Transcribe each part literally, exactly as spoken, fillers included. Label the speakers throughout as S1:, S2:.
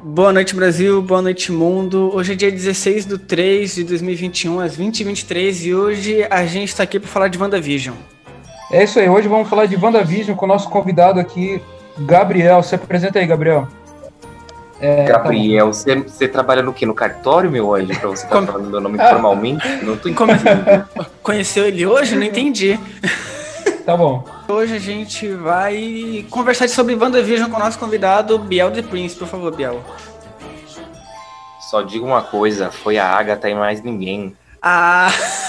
S1: Boa noite, Brasil. Boa noite, mundo. Hoje é dia dezesseis de três de dois mil e vinte e um, às vinte e vinte e três, e hoje a gente está aqui para falar de WandaVision.
S2: É isso aí. Hoje vamos falar de WandaVision com o nosso convidado aqui, Gabriel. Se apresenta aí, Gabriel.
S3: É, Gabriel, você, você trabalha no quê? No cartório, meu anjo? Pra você estar Como... falando meu nome formalmente? Não tô entendendo.
S1: Conheceu ele hoje? Não entendi.
S2: Tá bom.
S1: Hoje a gente vai conversar sobre WandaVision com o nosso convidado, Biel The Prince. Por favor, Biel.
S3: Só digo uma coisa, foi a Agatha e mais ninguém.
S1: Ah...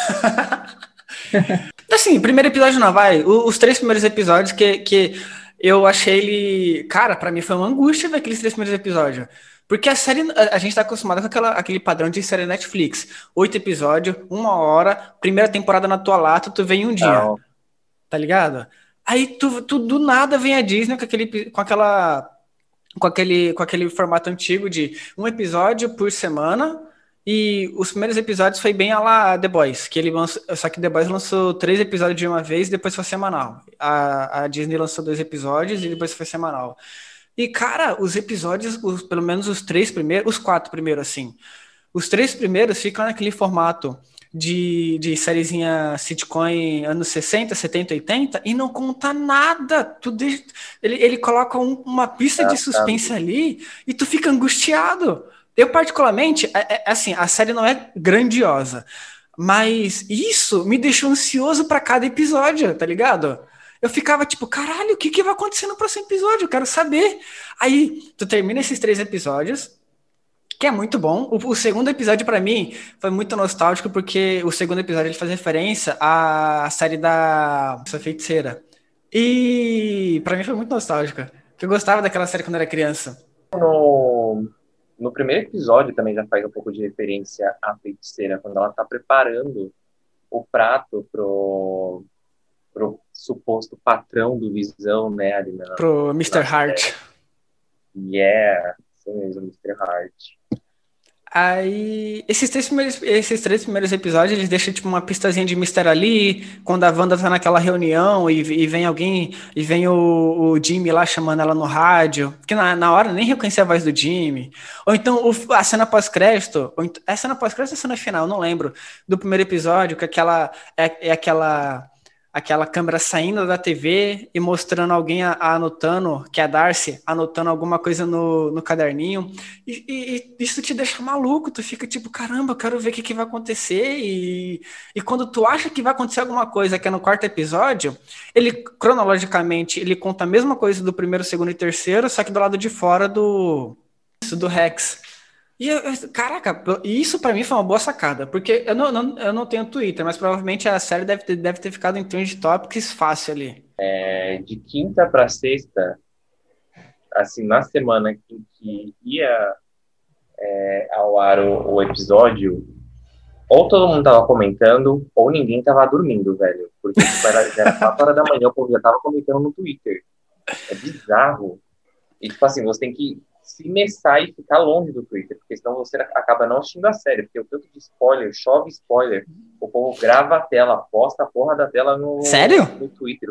S1: Assim, primeiro episódio não, vai. Os três primeiros episódios que, que eu achei ele... Cara, pra mim foi uma angústia ver aqueles três primeiros episódios. Porque a série, a gente tá acostumado com aquela, aquele padrão de série Netflix. Oito episódios, uma hora, primeira temporada na tua lata, tu vem em um dia. Não. Tá ligado? Aí tu, tu do nada vem a Disney com aquele, com aquela, com aquele, com aquele formato antigo de um episódio por semana. E os primeiros episódios foi bem a lá The Boys, que ele lançou, só que The Boys lançou três episódios de uma vez e depois foi semanal. A, a Disney lançou dois episódios e depois foi semanal. E, cara, os episódios, os, pelo menos os três primeiros, os quatro primeiros, assim, os três primeiros ficam naquele formato de, de sériezinha sitcom anos sessenta, setenta, oitenta e não conta nada. Tu deixa, ele, ele coloca um, uma pista ah, de suspense tá. ali e tu fica angustiado. Eu, particularmente, é, é, assim, a série não é grandiosa, mas isso me deixou ansioso pra cada episódio, tá ligado? Eu ficava tipo, caralho, o que, que vai acontecer no próximo episódio? Eu quero saber. Aí, tu termina esses três episódios, que é muito bom. O, o segundo episódio, pra mim, foi muito nostálgico, porque o segundo episódio ele faz referência à série da Essa Feiticeira. E pra mim foi muito nostálgica, porque eu gostava daquela série quando era criança.
S3: No... No primeiro episódio também já faz um pouco de referência à feiticeira, quando ela tá preparando o prato pro, pro suposto patrão do Visão, né? Ali na,
S1: pro mister Hart.
S3: Yeah, isso mesmo, mister Hart.
S1: Aí, esses três, primeiros, esses três primeiros episódios, eles deixam tipo uma pistazinha de mistério ali, quando a Wanda tá naquela reunião e, e vem alguém, e vem o, o Jimmy lá chamando ela no rádio, porque na, na hora nem reconhecia a voz do Jimmy. Ou então o, a cena pós-crédito, ou então, é cena pós-crédito ou a cena final, não lembro, do primeiro episódio, que aquela, é, é aquela... aquela câmera saindo da T V e mostrando alguém a, a anotando, que é a Darcy, anotando alguma coisa no, no caderninho, e, e, e isso te deixa maluco, tu fica tipo, caramba, eu quero ver o que, que vai acontecer, e, e quando tu acha que vai acontecer alguma coisa, que é no quarto episódio, ele, cronologicamente, ele conta a mesma coisa do primeiro, segundo e terceiro, só que do lado de fora do, do Rex. E eu, eu, caraca, isso pra mim foi uma boa sacada, porque eu não, não, eu não tenho Twitter, mas provavelmente a série deve ter, deve ter ficado em Trend Topics fácil ali.
S3: É, de quinta pra sexta, assim, na semana em que ia é, ao ar o, o episódio, ou todo mundo tava comentando, ou ninguém tava dormindo, velho. Porque tipo, era, era quatro horas da manhã, o povo já tava comentando no Twitter. É bizarro. E tipo assim, você tem que se messar e ficar longe do Twitter, porque senão você acaba não assistindo a série, porque o tanto de spoiler, chove spoiler, o povo grava a tela, posta a porra da tela no,
S1: sério?
S3: no Twitter.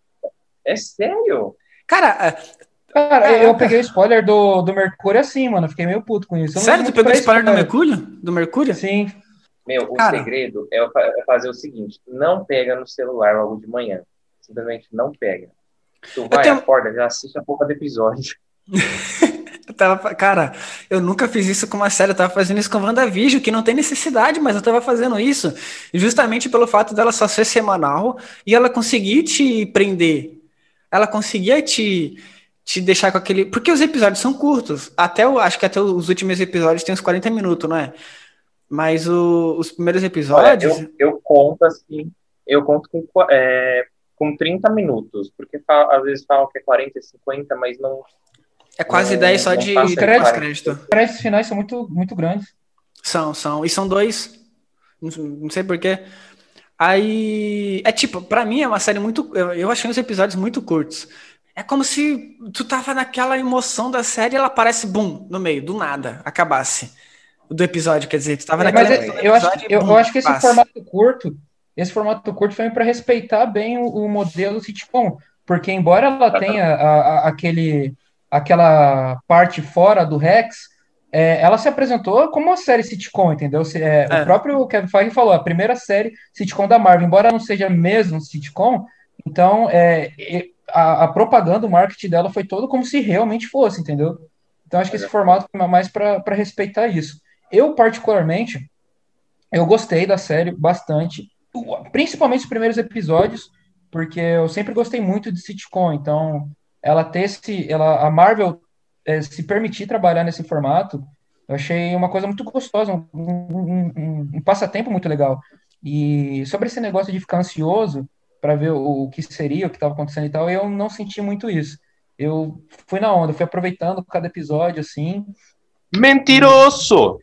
S3: É sério?
S1: Cara,
S2: cara eu peguei o spoiler do, do Mercúrio assim, mano, fiquei meio puto com isso.
S1: Sério? Tu pegou o spoiler, spoiler do Mercúrio? Do Mercúrio?
S2: Sim.
S3: Meu, o
S1: cara,
S3: segredo é fazer o seguinte, não pega no celular logo de manhã, simplesmente não pega. Tu vai, tenho... acorda, já assiste a porra do episódio.
S1: Eu tava, cara, eu nunca fiz isso com uma série, eu tava fazendo isso com WandaVision, que não tem necessidade, mas eu tava fazendo isso justamente pelo fato dela só ser semanal e ela conseguir te prender, ela conseguia te, te deixar com aquele... Porque os episódios são curtos, até o, acho que até os últimos episódios tem uns quarenta minutos, não é? Mas o, os primeiros episódios...
S3: Olha, eu, eu conto assim, eu conto com, é, com trinta minutos, porque fala, às vezes falam que é quarenta, cinquenta, mas não...
S1: É quase dez só de
S2: pós-crédito. Os créditos finais são muito, muito grandes.
S1: São, são. E são dois. Não, não sei porquê. Aí. É tipo, pra mim é uma série muito. Eu, eu achei os episódios muito curtos. É como se tu tava naquela emoção da série e ela aparece, bum, no meio, do nada, acabasse. Do episódio, quer dizer, tu tava
S2: é,
S1: naquela
S2: mas
S1: emoção
S2: eu, acho,
S1: episódio,
S2: eu,
S1: bum,
S2: eu acho que esse
S1: passa.
S2: formato curto, esse formato curto foi pra respeitar bem o, o modelo sitcom. Porque embora ela tenha a, a, aquele. aquela parte fora do Rex, é, ela se apresentou como uma série sitcom, entendeu? Se- é,
S1: É.
S2: O próprio Kevin Feige falou, a primeira série sitcom da Marvel, embora não seja mesmo sitcom, então é, é, a, a propaganda, o marketing dela foi todo como se realmente fosse, entendeu? Então acho que esse formato é mais para respeitar isso. Eu, particularmente, eu gostei da série bastante, principalmente os primeiros episódios, porque eu sempre gostei muito de sitcom, então ela ter esse, ela, a Marvel eh, se permitir trabalhar nesse formato, eu achei uma coisa muito gostosa, um, um- um- um passatempo muito legal. E sobre esse negócio de ficar ansioso para ver o, o que seria, o que estava acontecendo e tal, eu não senti muito isso. Eu fui na onda, fui aproveitando cada episódio assim.
S3: Mentiroso!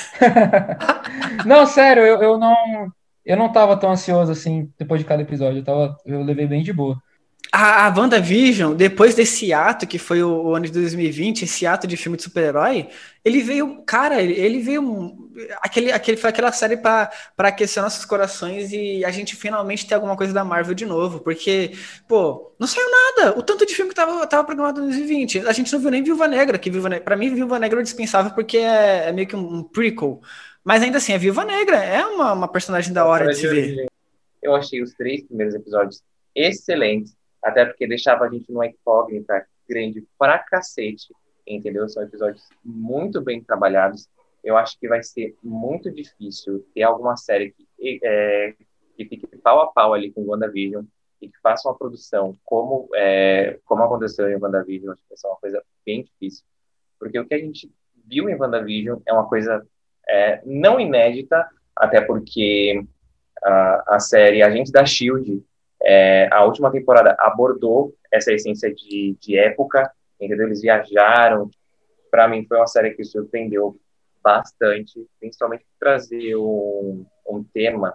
S2: Não, sério, eu, eu não eu não tava tão ansioso assim depois de cada episódio. Eu tava, eu levei bem de boa.
S1: A, a WandaVision, depois desse ato, que foi o, o ano de dois mil e vinte, esse ato de filme de super-herói, ele veio, cara, ele, ele veio. Aquele, aquele, foi aquela série para aquecer nossos corações e a gente finalmente ter alguma coisa da Marvel de novo. Porque, pô, não saiu nada. O tanto de filme que tava, tava programado em dois mil e vinte. A gente não viu nem Viúva Negra, que Viúva Negra, pra mim, Viúva Negra é dispensável porque é, é meio que um, um prequel. Mas ainda assim, a Viúva Negra é uma, uma personagem da hora de se ver.
S3: Eu achei os três primeiros episódios excelentes, até porque deixava a gente numa incógnita grande pra cacete, entendeu? São episódios muito bem trabalhados. Eu acho que vai ser muito difícil ter alguma série que, é, que fique pau a pau ali com WandaVision e que faça uma produção como, é, como aconteceu em WandaVision. Acho que vai ser uma coisa bem difícil. Porque o que a gente viu em WandaVision é uma coisa é, não inédita, até porque a, a série Agentes da Shield, é, a última temporada abordou essa essência de, de época, entendeu? Eles viajaram. Para mim foi uma série que surpreendeu bastante, principalmente por trazer um, um tema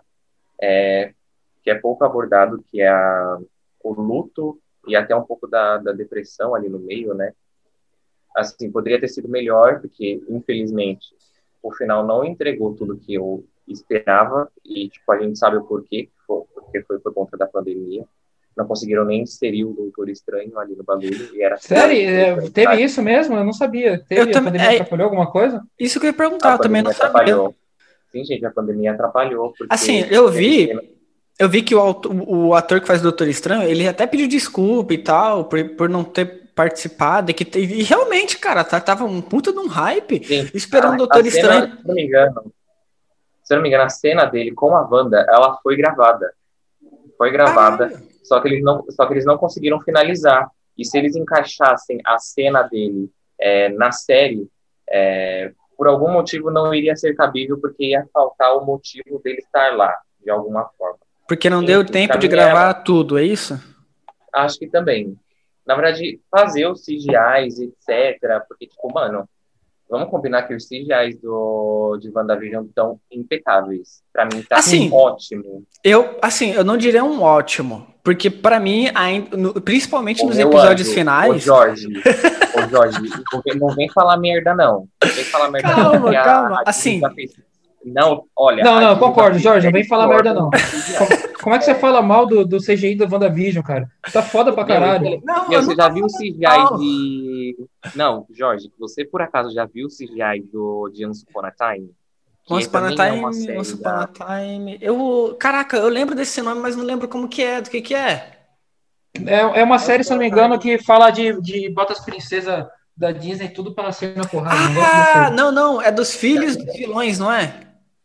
S3: é, que é pouco abordado, que é a, o luto e até um pouco da, da depressão ali no meio, né? Assim, poderia ter sido melhor, porque, infelizmente, o final não entregou tudo que eu esperava, e, tipo, a gente sabe o porquê, porque foi por conta da pandemia. Não conseguiram nem inserir o Doutor Estranho ali no bagulho. E era
S2: Sério? É, teve isso mesmo? Eu não sabia. Teve,
S1: Eu
S2: a pandemia
S1: é,
S2: atrapalhou alguma coisa?
S1: isso que eu ia perguntar,
S3: A
S1: eu também não
S3: pandemia
S1: sabia.
S3: atrapalhou. Sim, gente, a pandemia atrapalhou, porque...
S1: Assim, eu
S3: teve
S1: vi,
S3: cena-
S1: eu vi que o, auto- o ator que faz o Doutor Estranho, ele até pediu desculpa e tal, por, por não ter participado, e, que, te- e realmente, cara, tá- tava um puta de um hype
S3: Gente,
S1: esperando o
S3: a,
S1: Doutor
S3: a cena,
S1: Estranho.
S3: se não me engano, se eu não me engano, a cena dele com a Wanda, ela foi gravada. Foi gravada,
S1: Caralho.
S3: só que eles não, só que eles não conseguiram finalizar. E se eles encaixassem a cena dele é, na série, é, por algum motivo não iria ser cabível, porque ia faltar o motivo dele estar lá, de alguma forma.
S1: Porque não deu
S3: Enfim,
S1: tempo
S3: pra
S1: de
S3: mim
S1: gravar
S3: é-
S1: tudo, é isso?
S3: acho que também. Na verdade, fazer os C G Is, etcétera. Porque, tipo, mano, vamos combinar que os C G Is do, de WandaVision estão impecáveis. Pra mim tá
S1: Assim,
S3: ótimo.
S1: Eu, assim, eu não diria um ótimo, porque pra mim, ainda, no- principalmente
S3: Ô,
S1: nos
S3: meu
S1: episódios
S3: anjo, ô
S1: finais.
S3: Jorge, ô Jorge, não vem, não vem falar merda, não. Não vem falar merda, não,
S1: Calma,
S3: porque a,
S1: calma.
S3: a Disney
S1: Assim,
S3: já fez. Não, olha.
S2: Não,
S3: a
S2: não,
S3: Disney já
S2: concordo,
S3: fez
S2: Jorge, não vem
S3: séries
S2: falar
S3: pior
S2: merda,
S3: com
S2: não.
S3: C G I.
S2: Como, como é que você fala mal do, do C G I da WandaVision, cara? Tá foda pra
S3: Meu,
S2: caralho.
S1: não,
S3: meu,
S1: eu
S3: você
S1: não
S3: já
S1: tô
S3: viu o
S1: falando
S3: C G I
S1: mal.
S3: de. Não, Jorge, você por acaso já viu o C G I do, de Once Upon a Time? Que
S1: Once Upon a
S3: também é uma
S1: Time, Once
S3: série
S1: Upon a
S3: da.
S1: Time. Eu, caraca, eu lembro desse nome, mas não lembro como que é, do que que é.
S2: É, é uma
S3: Once
S2: série, se
S3: Upon
S2: eu não
S3: a
S2: me engano,
S3: Time.
S2: que fala de, de bota as princesas da Disney tudo pra ser na porrada. Um negócio desse
S1: Ah,
S2: aí.
S1: não, não, é dos filhos dos vilões, não é?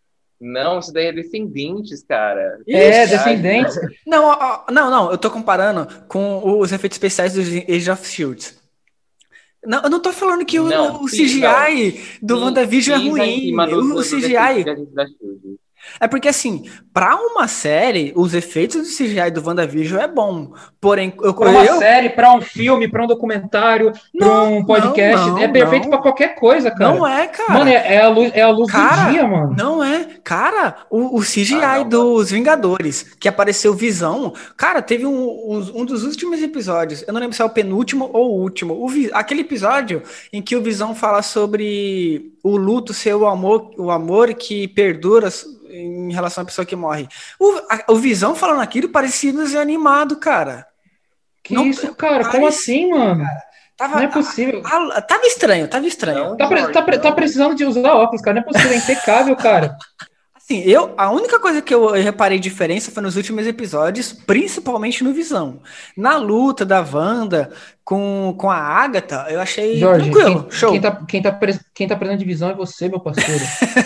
S3: Não, isso daí é Descendentes, cara.
S2: É,
S1: Ixi.
S3: Viagem.
S2: Descendentes.
S1: Não, ó, ó, não, não, eu tô comparando com os efeitos especiais do Age of Shield. Não, eu não tô falando que
S3: Não,
S1: o, o
S3: pi- não.
S1: C G I do
S3: Pi-
S1: WandaVision é
S3: Pisa em cima
S1: ruim.
S3: dos,
S1: O, o
S3: dos efeitos
S1: C G I
S3: de Agentes da Shield.
S1: é porque, assim, pra uma série, os efeitos do C G I do WandaVision é bom. Porém, eu,
S2: Pra uma
S1: eu
S2: série, pra um filme, pra um documentário, pra
S1: não,
S2: um
S1: não,
S2: podcast, é
S1: não,
S2: perfeito pra
S1: não.
S2: qualquer coisa,
S1: Não
S2: cara.
S1: é,
S2: Mano,
S1: cara.
S2: é, é a luz, é a luz do dia,
S1: Cara,
S2: mano.
S1: não é. Cara, o, o
S3: Ah,
S1: C G I
S3: não, mano.
S1: dos Vingadores, que apareceu Visão, cara, teve um, os- um dos últimos episódios, eu não lembro se é o penúltimo ou o último, o Vi- aquele episódio em que o Visão fala sobre o luto ser o amor, o amor que perdura em relação à pessoa que morre. O, a- o Visão falando aquilo parecia desenho animado, cara.
S2: Que
S1: Não
S2: isso, cara? Como
S1: parecia,
S2: assim, mano?
S1: Tava,
S2: Não é possível.
S1: a- a- tava estranho, tava estranho.
S3: Não,
S2: Tá, pre-
S3: Jorge,
S2: tá pre- tá
S3: não.
S2: precisando de usar óculos, cara. Não é possível, é impecável, cara.
S1: Assim, eu, a única coisa que eu reparei diferença foi nos últimos episódios, principalmente no Visão. Na luta da Wanda com, com a Agatha, eu achei
S2: Jorge,
S1: tranquilo,
S2: quem,
S1: show.
S2: quem, tá, quem, tá pre- quem tá precisando de visão é você, meu parceiro.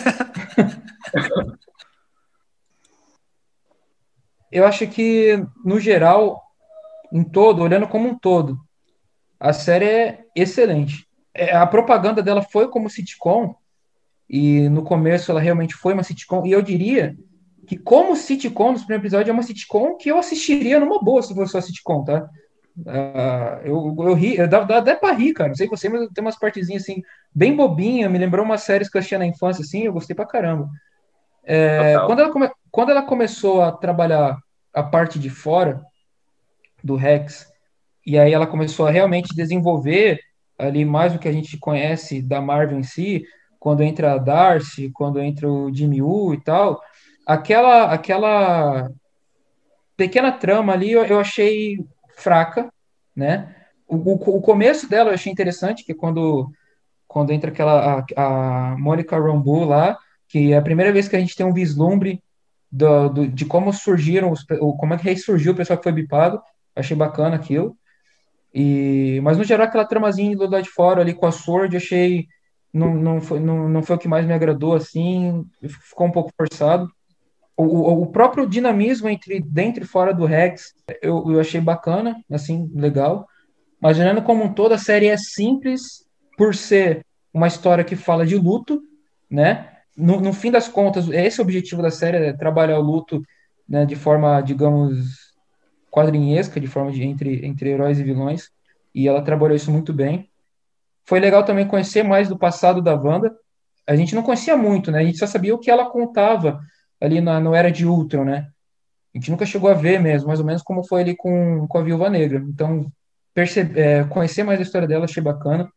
S2: Eu acho que, no geral, em todo, olhando como um todo, a série é excelente. É, a propaganda dela foi como sitcom, e no começo ela realmente foi uma sitcom, e eu diria que como sitcom, nos primeiros episódios, é uma sitcom que eu assistiria numa boa se fosse só sitcom, tá? Ah, eu, eu ri, eu dá, dá até pra rir, cara. Não sei você, mas tem umas partezinhas assim, bem bobinha, me lembrou umas séries que eu assistia na infância, assim, eu gostei pra caramba. É,
S3: Total.
S2: quando ela, come, quando ela começou a trabalhar a parte de fora do Rex, e aí ela começou a realmente desenvolver ali mais do que a gente conhece da Marvel em si, quando entra a Darcy, quando entra o Jimmy Woo e tal, aquela, aquela pequena trama ali eu, eu achei fraca, né? O, o, o começo dela eu achei interessante, que é quando, quando entra aquela a, a Monica Rambeau lá, que é a primeira vez que a gente tem um vislumbre do, do, de como surgiram, os, como é que ressurgiu o pessoal que foi bipado. Achei bacana aquilo. E, mas no geral, aquela tramazinha do lado de fora ali com a Sword, eu achei. Não, não, foi, não, não foi o que mais me agradou, assim. Ficou um pouco forçado. O, o, o próprio dinamismo entre dentro e fora do Rex, eu, eu achei bacana, assim, legal. Mas olhando como um todo, a série é simples por ser uma história que fala de luto, né? No, no fim das contas, esse é o objetivo da série, é trabalhar o luto, né, de forma, digamos, quadrinhesca, de forma de entre, entre heróis e vilões, e ela trabalhou isso muito bem. Foi legal também conhecer mais do passado da Wanda. A gente não conhecia muito, né? A gente só sabia o que ela contava ali na, no Era de Ultron, né? A gente nunca chegou a ver mesmo, mais ou menos como foi ali com, com a Viúva Negra. Então, percebe, é, conhecer mais a história dela, achei bacana.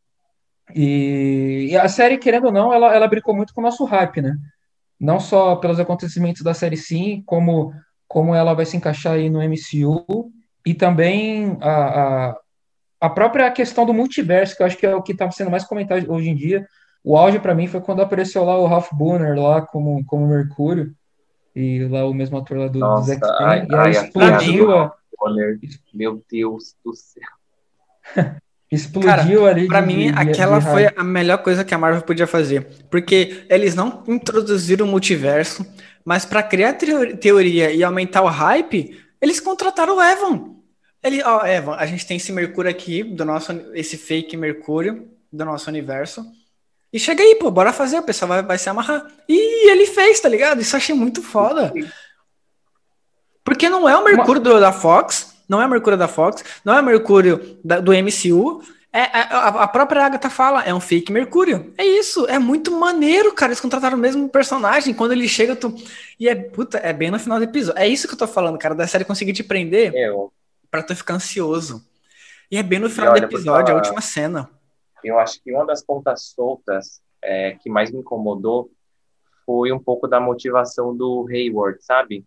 S2: E, e a série, querendo ou não, ela, ela brincou muito com o nosso hype, né? Não só pelos acontecimentos da série sim, como, como ela vai se encaixar aí no M C U, e também a, a, a própria questão do multiverso, que eu acho que é o que está sendo mais comentado hoje em dia. O auge para mim foi quando apareceu lá o Ralph Bohner lá como, como Mercúrio, e lá o mesmo ator lá do, dos
S3: Nossa, ai,
S2: X-Men, e aí
S3: ai, a
S1: Pra
S3: piada do
S1: mim,
S2: explodiu, a,
S3: Ralph Bonner. Meu Deus do céu.
S1: cara,
S2: explodiu ali
S1: pra
S2: de,
S1: mim,
S2: de, de, de
S1: aquela foi
S2: hype.
S1: a melhor coisa que a Marvel podia fazer. Porque eles não introduziram o multiverso, mas pra criar teo- teoria e aumentar o hype, eles contrataram o Evan. Ele, ó, Evan, a gente tem esse Mercúrio aqui, do nosso, esse fake Mercúrio do nosso universo. E chega aí, pô, bora fazer, o pessoal vai, vai se amarrar. E ele fez, tá ligado? Isso eu achei muito foda. Porque não é o
S2: Uma,
S1: Mercúrio do- da Fox, não é o Mercúrio da Fox, não é o Mercúrio da- do M C U. É, a, a própria Agatha fala, é um fake Mercúrio. É isso, é muito maneiro, cara. Eles contrataram o mesmo personagem. Quando ele chega, tu. E é, puta, é bem no final do episódio. É isso que eu tô falando, cara, da série conseguir te prender
S3: Eu,
S1: pra tu ficar ansioso. E é bem no
S3: e
S1: final do
S3: olha, vou te
S1: episódio, a
S3: falar,
S1: última cena.
S3: eu acho que uma das pontas soltas é, que mais me incomodou foi um pouco da motivação do Hayward, sabe?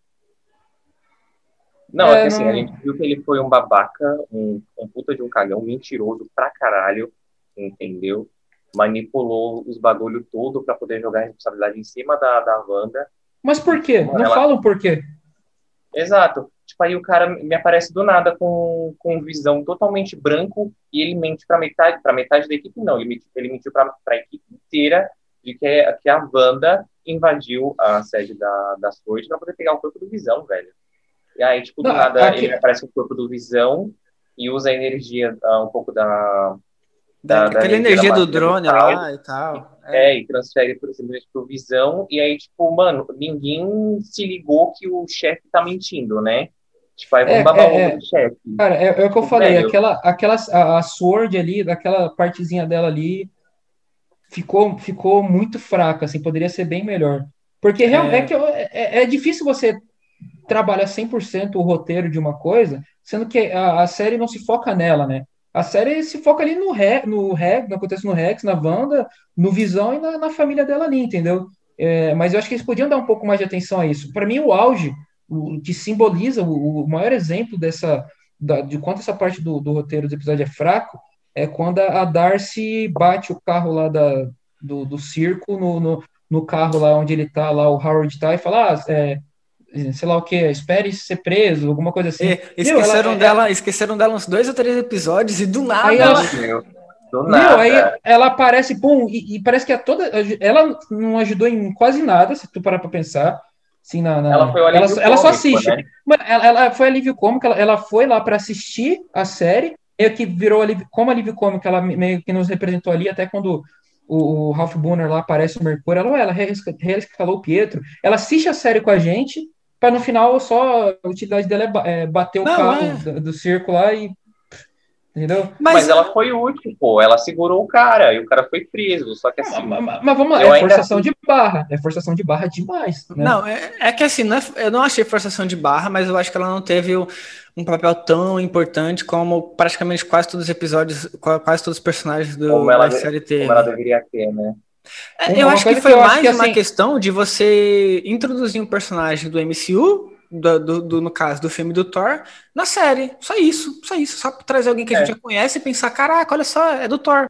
S3: Não, é
S2: é,
S3: que assim, a
S2: não,
S3: gente viu que ele foi um babaca, um, um puta de um cagão, mentiroso pra caralho, entendeu? Manipulou os bagulho todo pra poder jogar a responsabilidade em cima da, da Wanda.
S2: mas por quê?
S3: Mano,
S2: Não
S3: ela...
S2: falam por quê.
S3: Exato. Tipo, aí o cara me aparece do nada com, com visão totalmente branco e ele mente pra metade, pra metade da equipe, não. Ele mentiu, ele mentiu pra, pra equipe inteira de que, que a Wanda invadiu a sede da, da Sword pra poder pegar o corpo do Visão, velho. E aí, tipo,
S2: Não,
S3: do nada, ele
S2: aqui,
S3: aparece com o corpo do Visão e usa a energia, uh, um pouco da,
S1: Da,
S3: da, da
S1: aquela
S3: energia da
S1: energia do
S3: magia do
S1: drone
S3: Tal,
S1: lá e tal.
S3: é,
S1: É.
S3: e transfere por simplesmente pro Visão. E aí, tipo, mano, ninguém se ligou que o chefe tá mentindo, né? Tipo, aí
S2: é,
S3: vamos babar o
S2: é,
S3: ovo
S2: é,
S3: do chefe.
S2: cara, é, é o que eu
S3: Tipo,
S2: falei,
S3: velho,
S2: aquela, aquela a, a Sword ali, daquela partezinha dela ali, ficou, ficou muito fraca, assim, poderia ser bem melhor. Porque real, é,
S1: É,
S2: que eu- é, é difícil você trabalhar cem por cento o roteiro de uma coisa, sendo que a, a série não se foca nela, né? A série se foca ali no Rex, no Rex, no que acontece no Rex, na Wanda, no Visão e na, na família dela ali, entendeu? É, mas eu acho que eles podiam dar um pouco mais de atenção a isso. Para mim, o auge, o que simboliza o, o maior exemplo dessa, da, de quanto essa parte do, do roteiro do episódio é fraco, é quando a Darcy bate o carro lá da, do, do circo no, no, no carro lá onde ele tá, lá o Howard tá, e fala, ah, é, sei lá o que, espere ser preso, alguma coisa assim.
S1: E
S2: Meu, ela,
S1: esqueceram
S2: é- é-
S1: dela, esqueceram dela uns dois ou três episódios e do
S2: aí
S1: nada
S2: ela,
S1: ela.
S3: Nossa, meu. Do
S2: meu, aí
S3: nada.
S2: ela aparece, pum, e, e parece que a toda, ela não ajudou em quase nada, se tu parar pra pensar, assim, na,
S3: Ela
S2: na-
S3: foi o
S2: ela,
S3: alívio
S2: ela só
S3: cômico,
S2: assiste.
S3: né?
S2: Mano, ela, ela foi alívio cômico, ela, ela foi lá pra assistir a série, meio que virou alívio, como alívio cômico, ela meio que nos representou ali, até quando o, o Ralph Bohner lá aparece o Mercúrio, ela, ué, ela reesca- reescalou o Pietro, ela assiste a série com a gente, pra no final só a utilidade dela é, ba- é bater o
S1: Não,
S2: carro
S1: é.
S2: do, do circo lá e, entendeu?
S1: Mas,
S3: Mas ela foi útil, pô. Ela segurou o cara e o cara foi preso. Só que
S2: Mas,
S3: assim,
S2: mas- mas vamos lá,
S3: eu
S2: é
S3: ainda
S2: forçação
S3: assim.
S2: de barra, é forçação de barra demais, né?
S1: não, é, é que assim, não é- eu não achei forçação de barra, mas eu acho que ela não teve o- um papel tão importante como praticamente quase todos os episódios, qua- quase todos os personagens
S3: Como
S1: do,
S3: ela,
S1: da série
S3: como ela
S1: teve.
S3: deveria ter, né?
S1: É, eu
S2: Uma
S1: acho que
S2: coisa que
S1: foi
S2: eu acho que
S1: mais uma
S2: assim,
S1: questão de você introduzir um personagem do M C U, do, do- do- no caso do filme do Thor, na série. Só isso, só isso. Só pra trazer alguém que a gente
S3: É.
S1: já conhece e pensar, caraca, olha só, é do Thor.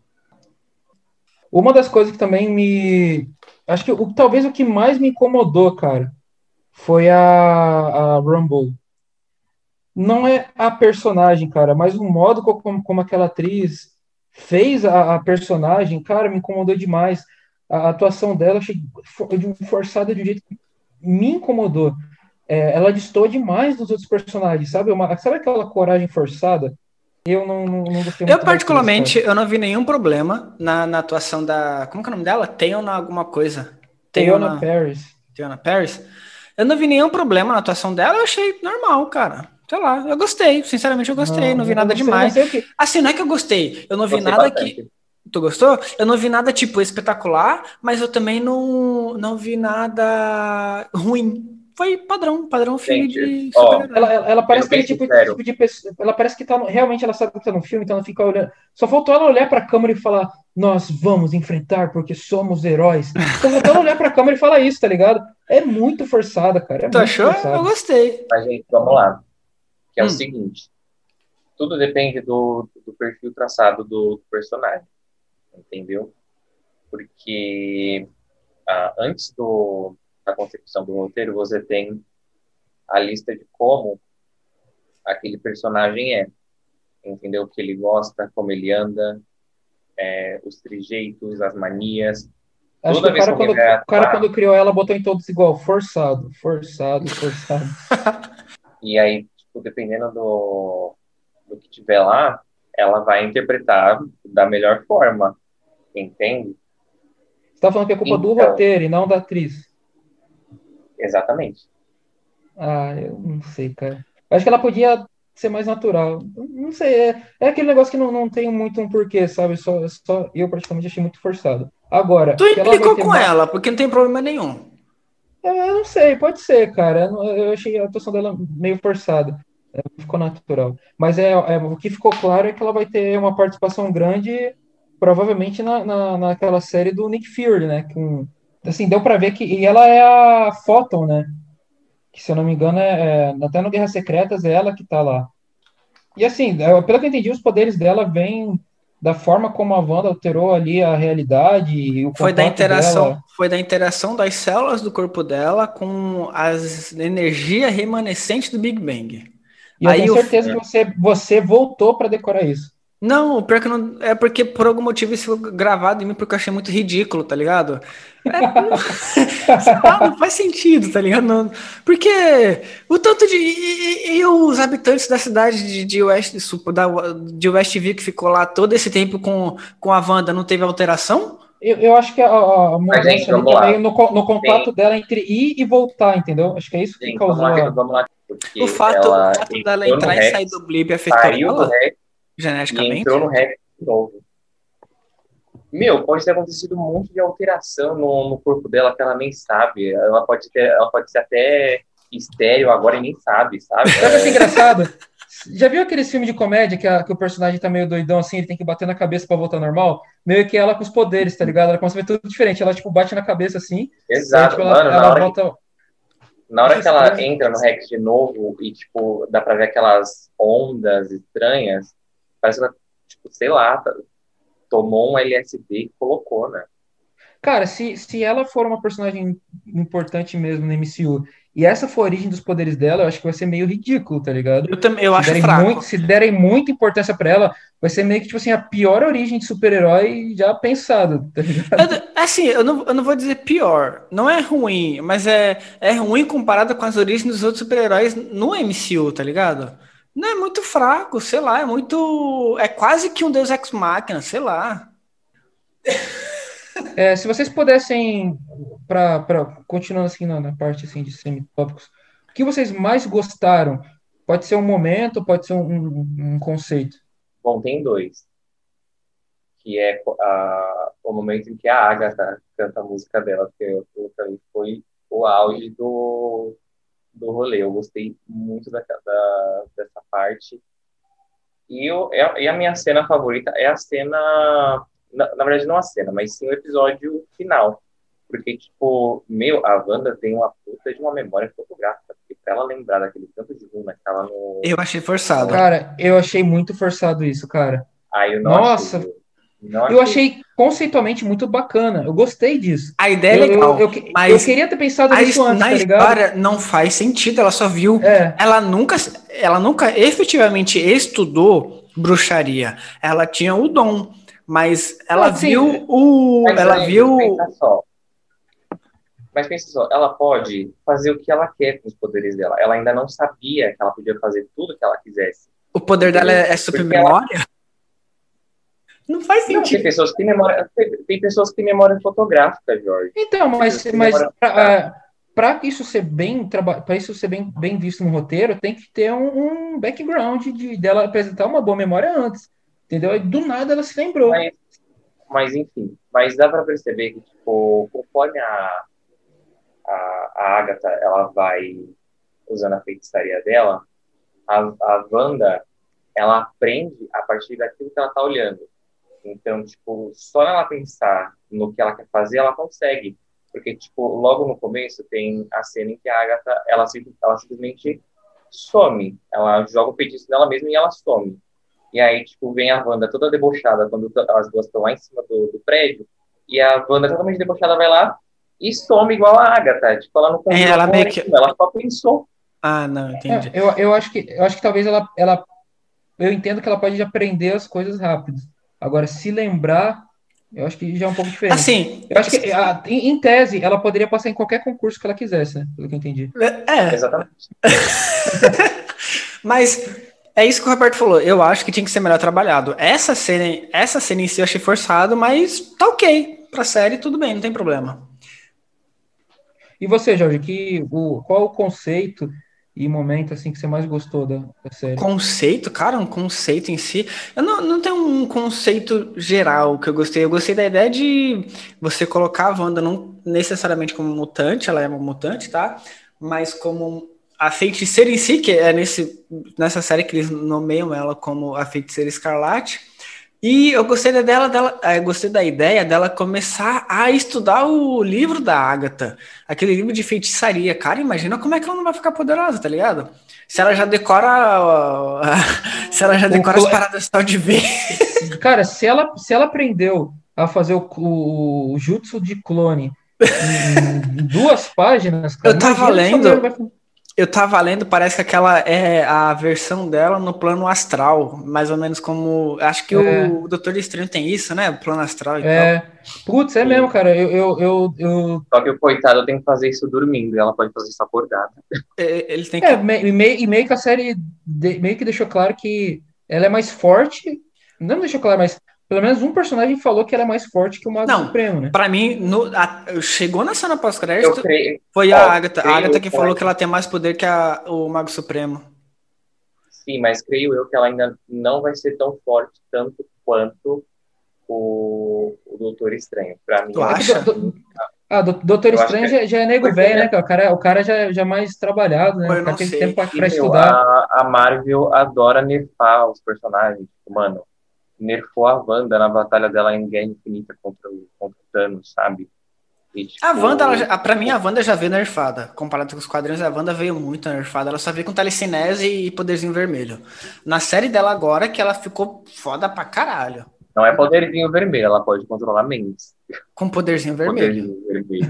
S2: uma das coisas que também me. Acho que o, talvez o que mais me incomodou, cara, foi a, a Rumble. Não é a personagem, cara, mas o modo co- como, como aquela atriz fez a, a personagem, cara, me incomodou demais. A, a atuação dela, achei for- de- forçada de um jeito que me incomodou. É, ela destoa demais dos outros personagens, sabe? Uma, sabe aquela coragem forçada? Eu não, não, não gostei
S1: Eu,
S2: muito da atriz, cara.
S1: particularmente, eu não vi nenhum problema na, na atuação da. Como que é o nome dela? Teona alguma coisa.
S2: Teyonah
S1: Teona,
S2: Parris.
S1: Teona Paris. Eu não vi nenhum problema na atuação dela, eu achei normal, cara. Sei lá, eu gostei, sinceramente eu gostei,
S2: Não,
S1: não vi
S2: eu
S1: nada
S2: não sei, eu não
S1: demais.
S2: sei o que.
S1: Assim, não é que eu gostei, eu não vi
S3: Gostei
S1: nada que.
S3: bastante.
S1: Tu gostou? Eu não vi nada, tipo, espetacular, mas eu também não, não vi nada ruim. Foi padrão, padrão filme
S3: Gente,
S1: de
S3: ó,
S1: super-herói.
S2: Ela, ela, ela
S3: sendo
S2: parece aquele
S3: bem
S2: tipo,
S3: sincero,
S2: tipo de pessoa. Ela parece que tá no- realmente ela sabe que tá no filme, então ela fica olhando. Só faltou ela olhar pra câmera e falar: Nós vamos enfrentar porque somos heróis. Só faltou ela olhar pra câmera e falar isso, tá ligado? É muito forçada, cara. É
S1: Tu
S2: muito
S1: achou? Eu
S2: forçado.
S1: gostei.
S3: mas gente, vamos lá. Que é o
S1: Hum.
S3: seguinte: tudo depende do, do perfil traçado do personagem, entendeu? Porque ah, antes do, da concepção do roteiro, você tem a lista de como aquele personagem é, entendeu? O que ele gosta, como ele anda, é, os trejeitos, as manias.
S2: Acho que
S3: Toda
S2: o
S3: vez que
S2: cara,
S3: alguém
S2: quando,
S3: vai
S2: o cara,
S3: atuar,
S2: quando criou ela, botou em todos igual: forçado, forçado, forçado.
S3: e aí, tipo, dependendo do, do que tiver lá, ela vai interpretar da melhor forma, entende?
S2: Você tá falando que é culpa do
S3: Então,
S2: roteiro e não da atriz.
S3: exatamente.
S2: Ah, eu não sei, cara. Eu acho que ela podia ser mais natural. Não sei, é, é aquele negócio que não, não tem muito um porquê, sabe? Só, só eu praticamente achei muito forçado. Agora,
S1: Tu
S2: que ela vai
S1: implicou
S2: ter
S1: com
S2: mais.
S1: ela, porque não tem problema nenhum.
S2: Eu, eu não sei, pode ser, cara. Eu, não- eu achei a atuação dela meio forçada. É, ficou natural. Mas é, é, o que ficou claro é que ela vai ter uma participação grande, provavelmente na, na, naquela série do Nick Fury, né? Com, assim, deu pra ver que. E ela é a Photon, né? Que se eu não me engano, é, é- até no Guerras Secretas é ela que tá lá. E assim, é, pelo que eu entendi, os poderes dela vêm da forma como a Wanda alterou ali a realidade e o
S1: Foi da
S2: contato
S1: interação,
S2: dela.
S1: foi da interação das células do corpo dela com as energia remanescente do Big Bang.
S2: E eu tenho
S1: Aí o
S2: certeza que você, você voltou para decorar isso.
S1: não, o pior que não é porque por algum motivo isso foi gravado em mim porque eu achei muito ridículo, tá ligado? É, não, sei lá, não faz sentido, tá ligado? Não- porque o tanto de e, e- e os habitantes da cidade de, de West da, de Westview que ficou lá todo esse tempo com, com a Wanda não teve alteração?
S2: Eu, eu acho que a, a
S3: Mas, gente,
S2: mudança ali
S3: vamos
S2: tá
S3: lá.
S2: meio no, co- no contato
S3: Tem,
S2: dela entre ir e voltar, entendeu? Acho que é isso que
S3: gente, vamos
S2: causou
S3: lá,
S2: a.
S3: vamos lá.
S1: O
S3: Porque
S1: fato, o
S3: ela
S1: fato dela
S3: entrou no
S1: entrar e sair do
S3: Rex,
S1: blip afetou
S3: saiu do
S1: ela
S3: Rex e
S1: geneticamente?
S3: entrou no Rex de novo. Meu, pode ter acontecido um monte de alteração no, no corpo dela que ela nem sabe. Ela pode ter, ela pode ser até estéril agora e nem sabe, sabe?
S2: Sabe o que eu acho engraçado? Já viu aqueles filmes de comédia que, a- que o personagem tá meio doidão assim, ele tem que bater na cabeça pra voltar ao normal? Meio que ela com os poderes, tá ligado? Ela começa a ver tudo diferente. Ela, tipo, bate na cabeça assim, e aí, tipo,
S3: Exato,
S2: ela,
S3: mano. Na
S2: ela
S3: hora que,
S2: volta.
S3: na hora
S2: Isso é
S3: que ela
S2: estranho.
S3: entra no Rex de novo e, tipo, dá pra ver aquelas ondas estranhas, parece que ela, tipo, tipo, sei lá, tá- tomou um L S D e colocou, né?
S2: Cara, se, se ela for uma personagem importante mesmo no M C U, e essa for a origem dos poderes dela, eu acho que vai ser meio ridículo, tá ligado?
S1: Eu também, eu
S2: Se
S1: acho
S2: derem muito,
S1: fraco.
S2: se derem muita importância pra ela, vai ser meio que, tipo assim, a pior origem de super-herói já pensado, tá ligado?
S1: Eu- assim, eu não, eu não vou dizer pior. Não é ruim, mas é, é ruim comparado com as origens dos outros super-heróis no M C U, tá ligado? Não é muito fraco, sei lá, é muito. É quase que um Deus Ex Machina, sei lá.
S2: É, se vocês pudessem, pra, pra, continuando assim na, na parte assim, de semitópicos, o que vocês mais gostaram? Pode ser um momento, pode ser um, um, um conceito.
S3: Bom, tem dois, que é a, o momento em que a Agatha canta a música dela, que eu, eu, pra mim foi o auge do, do rolê. Eu gostei muito da, da, dessa parte. E, eu, é- e a minha cena favorita é a cena, na, na verdade não a cena, mas sim o episódio final. Porque, tipo, meu, a Wanda tem uma puta de uma memória fotográfica. Porque pra ela lembrar daquele tanto de luna que tava no,
S1: Eu achei
S3: no...
S1: forçado.
S2: Cara, eu achei muito forçado isso, cara.
S3: Aí eu não achei,
S2: Nossa,
S3: viu? Não
S2: eu
S3: achei.
S2: achei conceitualmente muito bacana. Eu gostei disso.
S1: A ideia é
S2: Eu, eu,
S1: legal,
S2: eu, que- eu
S1: mas
S2: queria ter pensado
S1: a
S2: nisso
S1: his-
S2: antes,
S1: na
S2: tá ligado?
S1: história não faz sentido. Ela só viu.
S2: É.
S1: Ela nunca, ela nunca efetivamente estudou bruxaria. Ela tinha o dom, mas
S2: Não,
S1: ela
S2: assim,
S1: viu o.
S3: Mas
S1: Ela
S3: aí, pensa
S1: viu.
S3: só. Mas pensa só, ela pode fazer o que ela quer com os poderes dela. Ela ainda não sabia que ela podia fazer tudo o que ela quisesse.
S1: O poder dela
S3: Entendeu?
S1: é, é super
S3: Porque ela.
S1: memória? Não faz
S3: Não, tem
S1: sentido.
S3: pessoas que têm memória. Tem, tem pessoas que têm memória fotográfica, Jorge.
S2: então,
S3: Tem
S2: mas,
S3: pessoas que têm
S2: mas
S3: memória fotográfica.
S2: para isso ser bem para isso ser bem, bem visto no roteiro, tem que ter um, um background de dela apresentar uma boa memória antes, entendeu? E do nada ela se lembrou.
S3: Mas, mas enfim. Mas dá pra perceber que, tipo, conforme a, a, a Agatha ela vai usando a feitiçaria dela, a, a Wanda ela aprende a partir daquilo que ela tá olhando. Então, tipo, só ela pensar no que ela quer fazer, ela consegue. Porque, tipo, logo no começo tem a cena em que a Agatha, ela, sim- ela simplesmente some. Ela joga o feitiço nela mesma e ela some. E aí, tipo, vem a Wanda toda debochada quando t- as duas estão lá em cima do, do prédio. E a Wanda totalmente debochada vai lá e some igual a Agatha. Tipo, ela não
S1: É,
S3: combinou
S1: ela
S3: porra
S1: meio que.
S3: nenhuma, ela só pensou.
S1: Ah, não,
S2: É,
S1: entendi.
S2: eu, eu acho que eu acho que talvez ela, ela eu entendo que ela pode aprender as coisas rápido. Agora, se lembrar, eu acho que já é um pouco diferente.
S1: Assim,
S2: Eu acho que, a- em, em tese, ela poderia passar em qualquer concurso que ela quisesse, né? Pelo que eu entendi.
S1: é.
S3: Exatamente.
S1: Mas é isso que o Roberto falou. Eu acho que tinha que ser melhor trabalhado. Essa cena, essa cena em si eu achei forçado, mas tá ok. Pra série, tudo bem, não tem problema.
S2: E você, Jorge, que, o, qual o conceito e momento assim que você mais gostou da, da série?
S1: Conceito, cara, um conceito em si. Eu não, não tenho um conceito geral que eu gostei. Eu gostei da ideia de você colocar a Wanda não necessariamente como mutante, ela é uma mutante, tá? Mas como a feiticeira em si, que é nesse, nessa série que eles nomeiam ela como a feiticeira escarlate. E eu gostei da dela, dela, eh, gostei da ideia dela começar a estudar o livro da Agatha, aquele livro de feitiçaria. Cara, imagina como é que ela não vai ficar poderosa, tá ligado? Se ela já decora, ó, se ela já
S2: O,
S1: decora as
S2: clo-
S1: paradas só de ver.
S2: cara, se ela, se ela aprendeu a fazer o, o, o jutsu de clone em, em duas páginas, cara,
S1: Eu tava
S2: imagina que essa mulher
S1: lendo,
S2: vai.
S1: eu tava lendo, parece que aquela é a versão dela no plano astral, mais ou menos como, acho que
S2: É,
S1: o Doutor Estranho tem isso, né? O plano astral e tal.
S2: é, putz, é mesmo,
S3: E,
S2: cara. Eu, eu, eu, eu
S3: só que o coitado tem que fazer isso dormindo. E ela pode fazer isso acordada.
S1: É, Ele tem
S2: é,
S1: que.
S2: me- e meio, e meio que a série de- meio que deixou claro que ela é mais forte. Não deixou claro, mas pelo menos um personagem falou que ela é mais forte que o Mago
S1: Não,
S2: Supremo, né?
S1: pra mim, no, a- chegou na cena
S3: Eu
S1: pós-crédito,
S3: creio.
S1: foi a
S3: Ó,
S1: Agatha. A
S3: creio
S1: Agatha
S3: eu
S1: que
S3: que ela
S1: falou que ela tem mais poder que a- o Mago Supremo.
S3: Sim, mas creio eu que ela ainda não vai ser tão forte tanto quanto o, o Doutor Estranho. Para mim,
S1: Tu
S3: ela
S2: É que
S3: ainda
S2: do,
S1: acha?
S2: do- ah, do- Doutor
S3: eu acho que
S2: Estranho
S3: é
S2: já, já é nego
S3: porque,
S2: velho, né,
S3: né?
S2: cara? O cara, o cara já, já é mais trabalhado, né?
S1: Pô,
S2: O
S1: eu
S2: cara
S1: não
S2: teve tempo
S1: sei.
S2: pra,
S3: E,
S2: pra
S3: meu,
S2: estudar.
S3: a, a Marvel adora nerfar os personagens. Tipo, mano, nerfou a Wanda na batalha dela em Guerra Infinita contra o, contra o Thanos, sabe? E, tipo,
S1: A Wanda, ela já- pra mim, a Wanda já veio nerfada. Comparado com os quadrinhos, a Wanda veio muito nerfada. Ela só veio com telecinese e poderzinho vermelho. Na série dela agora, que ela ficou foda pra caralho.
S3: não é poderzinho vermelho, ela pode controlar mentes.
S1: Com poderzinho vermelho.
S3: Poderzinho vermelho.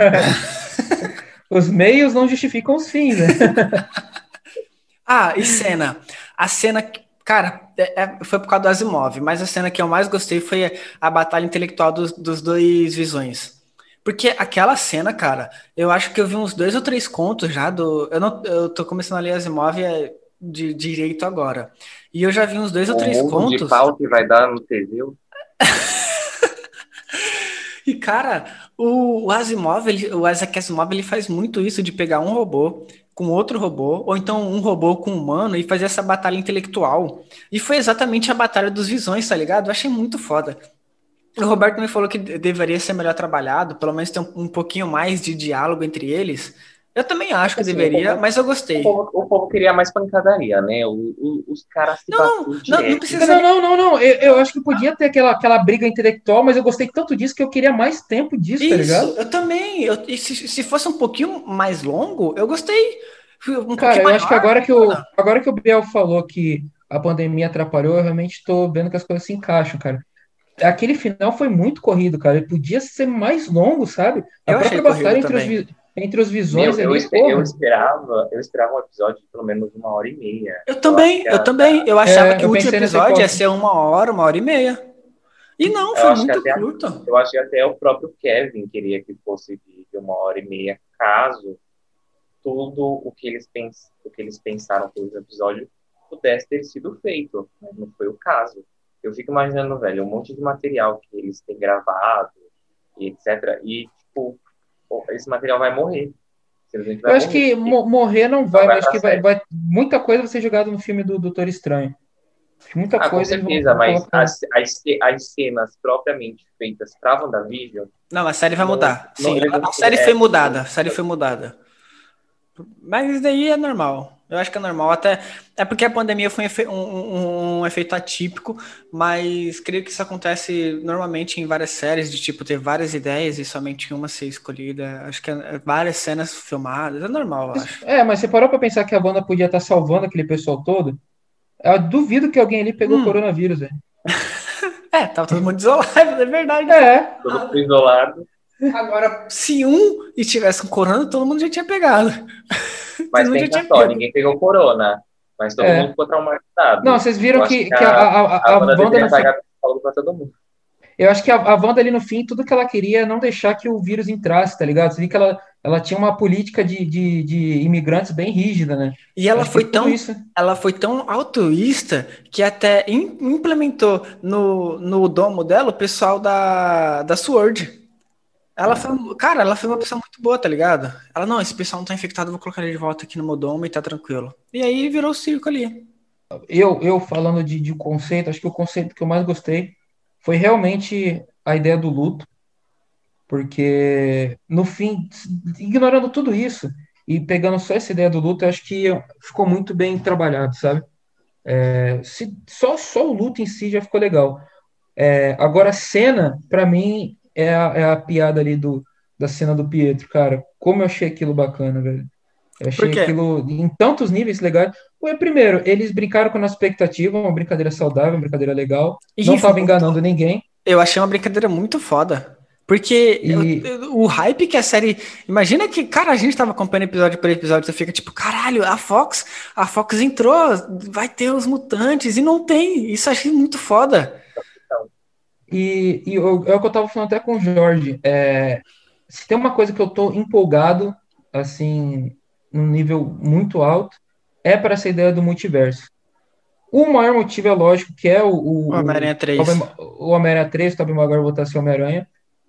S2: Os meios não justificam os fins, né?
S1: Ah, e cena. A cena que, cara, é- é- foi por causa do Asimov, mas a cena que eu mais gostei foi a, a batalha intelectual dos, dos dois Visões. Porque aquela cena, cara, eu acho que eu vi uns dois ou três contos já do. Eu, não, eu tô começando a ler Asimov é, de direito agora. E eu já vi uns dois ou
S3: O
S1: três
S3: mundo de
S1: contos.
S3: pau que vai dar no Teseu.
S1: E, cara, o, o Asimov, ele- o Isaac Asimov, ele faz muito isso de pegar um robô com outro robô, ou então um robô com um humano e fazer essa batalha intelectual. E foi exatamente a batalha dos Visões, tá ligado? Eu achei muito foda. O Roberto me falou que de- deveria ser melhor trabalhado, pelo menos ter um, um pouquinho mais de diálogo entre eles. Eu também acho que
S3: Assim, o
S1: deveria,
S3: povo,
S1: mas eu
S3: o
S1: gostei.
S3: povo, o povo queria mais pancadaria, né? O, o- os caras se
S1: Não, não,
S3: batiam
S1: não, não
S3: direto.
S1: precisa.
S2: Não, não, não, não. Eu, eu acho que podia ter aquela, aquela briga intelectual, mas eu gostei tanto disso que eu queria mais tempo disso, tá
S1: Isso,
S2: ligado?
S1: eu também. Eu, e se, se fosse um pouquinho mais longo, eu gostei. Um
S2: Cara,
S1: pouquinho
S2: eu acho que
S1: maior.
S2: agora que o, agora que o Biel falou que a pandemia atrapalhou, eu realmente tô vendo que as coisas se encaixam, cara. Aquele final foi muito corrido, cara. Ele podia ser mais longo, sabe? A
S1: Eu achei
S2: própria
S1: corrido
S2: batalha entre os,
S1: também.
S2: vi- entre os visões
S3: Meu, eu,
S2: ali,
S3: espe- eu
S2: porra.
S3: esperava, eu esperava um episódio de pelo menos uma hora e meia.
S1: Eu
S3: Eu acho
S1: também,
S3: que
S1: eu
S3: a-
S1: também. Eu achava
S2: É,
S1: que o
S2: eu
S1: último
S2: pensei nessa
S1: episódio ia
S2: hipótese.
S1: ser uma hora, uma hora e meia. E não,
S3: eu
S1: foi
S3: acho que
S1: muito
S3: até
S1: curto.
S3: eu acho que até o próprio Kevin queria que fosse de de uma hora e meia, caso tudo o que eles pens, o que eles pensaram pelo episódio pudesse ter sido feito, mas não foi o caso. Eu fico imaginando, velho, um monte de material que eles têm gravado e etcétera. E tipo, pô, esse material vai morrer. Simplesmente
S2: Eu
S3: vai
S2: acho
S3: morrer.
S2: que
S3: Porque
S2: mo- morrer não
S3: não
S2: vai,
S3: vai
S2: mas acho
S3: pra
S2: que vai,
S3: série.
S2: vai muita coisa vai ser jogada no filme do Doutor Estranho. Acho que muita
S3: Ah, com
S2: coisa eles vão,
S3: certeza,
S2: vão
S3: mas
S2: colocar.
S3: as, as, ce- as cenas propriamente feitas pra WandaVision,
S1: Não, a série vai
S3: não,
S1: mudar.
S3: não,
S1: Sim,
S3: eles
S1: a
S3: não,
S1: a série
S3: é,
S1: foi mudada. A série foi mudada. Mas isso daí é normal. Eu acho que é normal. Até é porque a pandemia foi um, efe- um- um- um efeito atípico, mas creio que isso acontece normalmente em várias séries, de tipo ter várias ideias e somente uma ser escolhida. Acho que é, é várias cenas filmadas. É normal, eu acho.
S2: É, mas você parou pra pensar que a banda podia estar salvando aquele pessoal todo? Eu duvido que alguém ali pegou
S1: Hum,
S2: coronavírus, velho.
S1: é, tava todo mundo isolado, é verdade.
S2: É,
S3: todo mundo isolado,
S1: Agora, se um estivesse com corona, todo mundo já tinha pegado. Todo
S3: mas
S1: mundo já
S3: pensa
S1: tinha
S3: só,
S1: pego.
S3: ninguém pegou corona, mas todo mundo
S2: é.
S3: ficou
S2: Não,
S3: traumatizado.
S2: vocês
S3: Eu
S2: viram
S3: acho
S2: que,
S3: que
S2: que a,
S3: a,
S2: a,
S3: a
S2: a
S3: Wanda
S2: Wanda
S3: deveria
S2: no fim.
S3: pagar falando pra todo mundo.
S2: Eu acho que a, a Wanda ali no fim, tudo que ela queria é não deixar que o vírus entrasse, tá ligado? Você viu que ela, ela tinha uma política de, de, de imigrantes bem rígida, né?
S1: E
S2: Eu
S1: ela
S2: acho que
S1: foi
S2: tudo
S1: tão,
S2: isso.
S1: ela foi tão altruísta que até im- implementou no, no domo dela o pessoal da, da Sword. Ela foi, cara, ela foi uma pessoa muito boa, tá ligado? Ela, não, esse pessoal não tá infectado, eu vou colocar ele de volta aqui no meu domo e tá tranquilo. E aí virou o circo ali.
S2: Eu, eu falando de, de conceito, acho que o conceito que eu mais gostei foi realmente a ideia do luto, porque no fim, ignorando tudo isso e pegando só essa ideia do luto, eu acho que ficou muito bem trabalhado, sabe? É, se, só, só o luto em si já ficou legal. É, agora, a cena, pra mim, é a, é a piada ali do, da cena do Pietro, cara. Como eu achei aquilo bacana, velho. Eu
S1: Por
S2: achei
S1: quê?
S2: aquilo em tantos níveis legais. Ué, primeiro, eles brincaram com a nossa expectativa, uma brincadeira saudável, uma brincadeira legal. Não
S1: E
S2: tava
S1: muito,
S2: enganando ninguém.
S1: eu achei uma brincadeira muito foda. Porque eu-
S2: E,
S1: eu- o hype que a série. Imagina que, cara, a gente tava acompanhando episódio por episódio, você fica tipo, caralho, a Fox, a Fox entrou, vai ter os mutantes, e não tem. Isso eu achei muito foda.
S3: Então,
S2: e, e eu- é o que eu tava falando até com o Jorge. É, se tem uma coisa que eu tô empolgado, assim, num nível muito alto, é para essa ideia do multiverso. O maior motivo é lógico que é o,
S1: O
S2: o,
S1: Homem-Aranha
S2: o,
S1: três.
S2: Tobey- o Homem-Aranha três, o Tobey Maguire voltar a ser Homem-Aranha.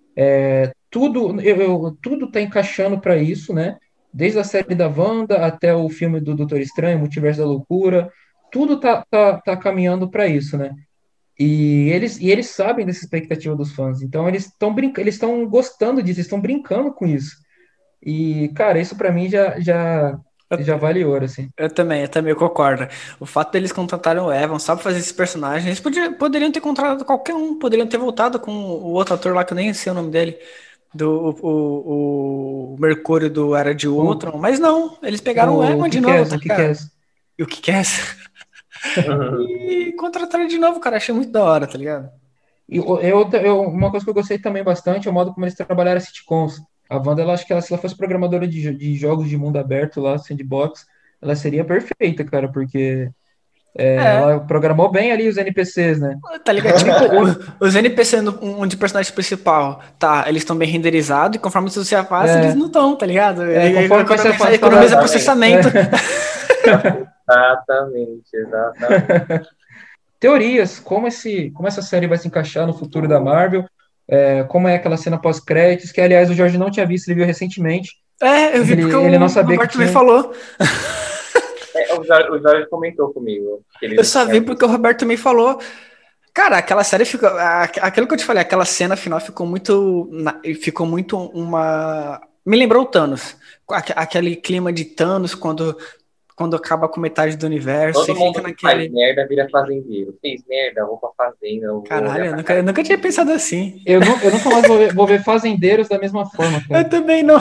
S2: Tudo, eu, eu- tudo tá encaixando para isso, né? Desde a série da Wanda até o filme do Doutor Estranho, Multiverso da Loucura, tudo tá, tá, tá caminhando para isso, né? E eles, e eles sabem dessa expectativa dos fãs, então eles estão brincando, eles estão gostando disso, eles estão brincando com isso. E, cara, isso para mim já, já, já
S1: Eu,
S2: vale ouro, assim.
S1: eu também, eu também concordo. O fato deles contratarem o Evan só pra fazer esse personagem, eles podia- poderiam ter contratado qualquer um, poderiam ter voltado com o outro ator lá, que eu nem sei o nome dele. do o, o Mercúrio do Era de Ultron, mas não, eles pegaram o, o Egon de novo, tá ligado? E o que que é essa? E contrataram de novo, cara, achei muito da hora, tá ligado?
S2: E eu, eu, eu, uma coisa que eu gostei também bastante é o modo como eles trabalharam as sitcoms. A Wanda, ela, acho que ela, se ela fosse programadora de, de jogos de mundo aberto lá, sandbox, ela seria perfeita, cara, porque é,
S1: É.
S2: ela programou bem ali os N P Cs, né?
S1: Tá ligado? Tipo, o, os N P Cs um de personagem principal, tá, eles estão bem renderizados e conforme você avança, é. eles não estão, tá ligado?
S2: É, conforme você avança,
S1: economiza processamento.
S3: É. Exatamente, exatamente.
S2: Teorias, como, esse, como essa série vai se encaixar no futuro da Marvel, é, como é aquela cena pós-créditos, que aliás o Jorge não tinha visto, ele viu recentemente.
S1: É, eu vi
S2: ele,
S1: porque
S2: ele
S1: o
S2: não sabia
S1: Roberto
S2: que tinha...
S1: me falou.
S3: É, o, Jorge, o Jorge comentou comigo. Que ele
S1: eu só vi porque o Roberto me falou. Cara, aquela série ficou. Aquilo que eu te falei, aquela cena final ficou muito. Ficou muito uma. Me lembrou o Thanos. Aquele clima de Thanos quando. Quando acaba com metade do universo.
S3: Todo
S1: e
S3: mundo
S1: fica
S3: que
S1: naquele...
S3: faz merda vira fazendeiro. Fez merda, vou pra fazenda. Eu
S1: Caralho, eu nunca, eu nunca tinha pensado assim.
S2: Eu, não, eu nunca mais vou ver, vou ver fazendeiros da mesma forma, cara.
S1: Eu também não.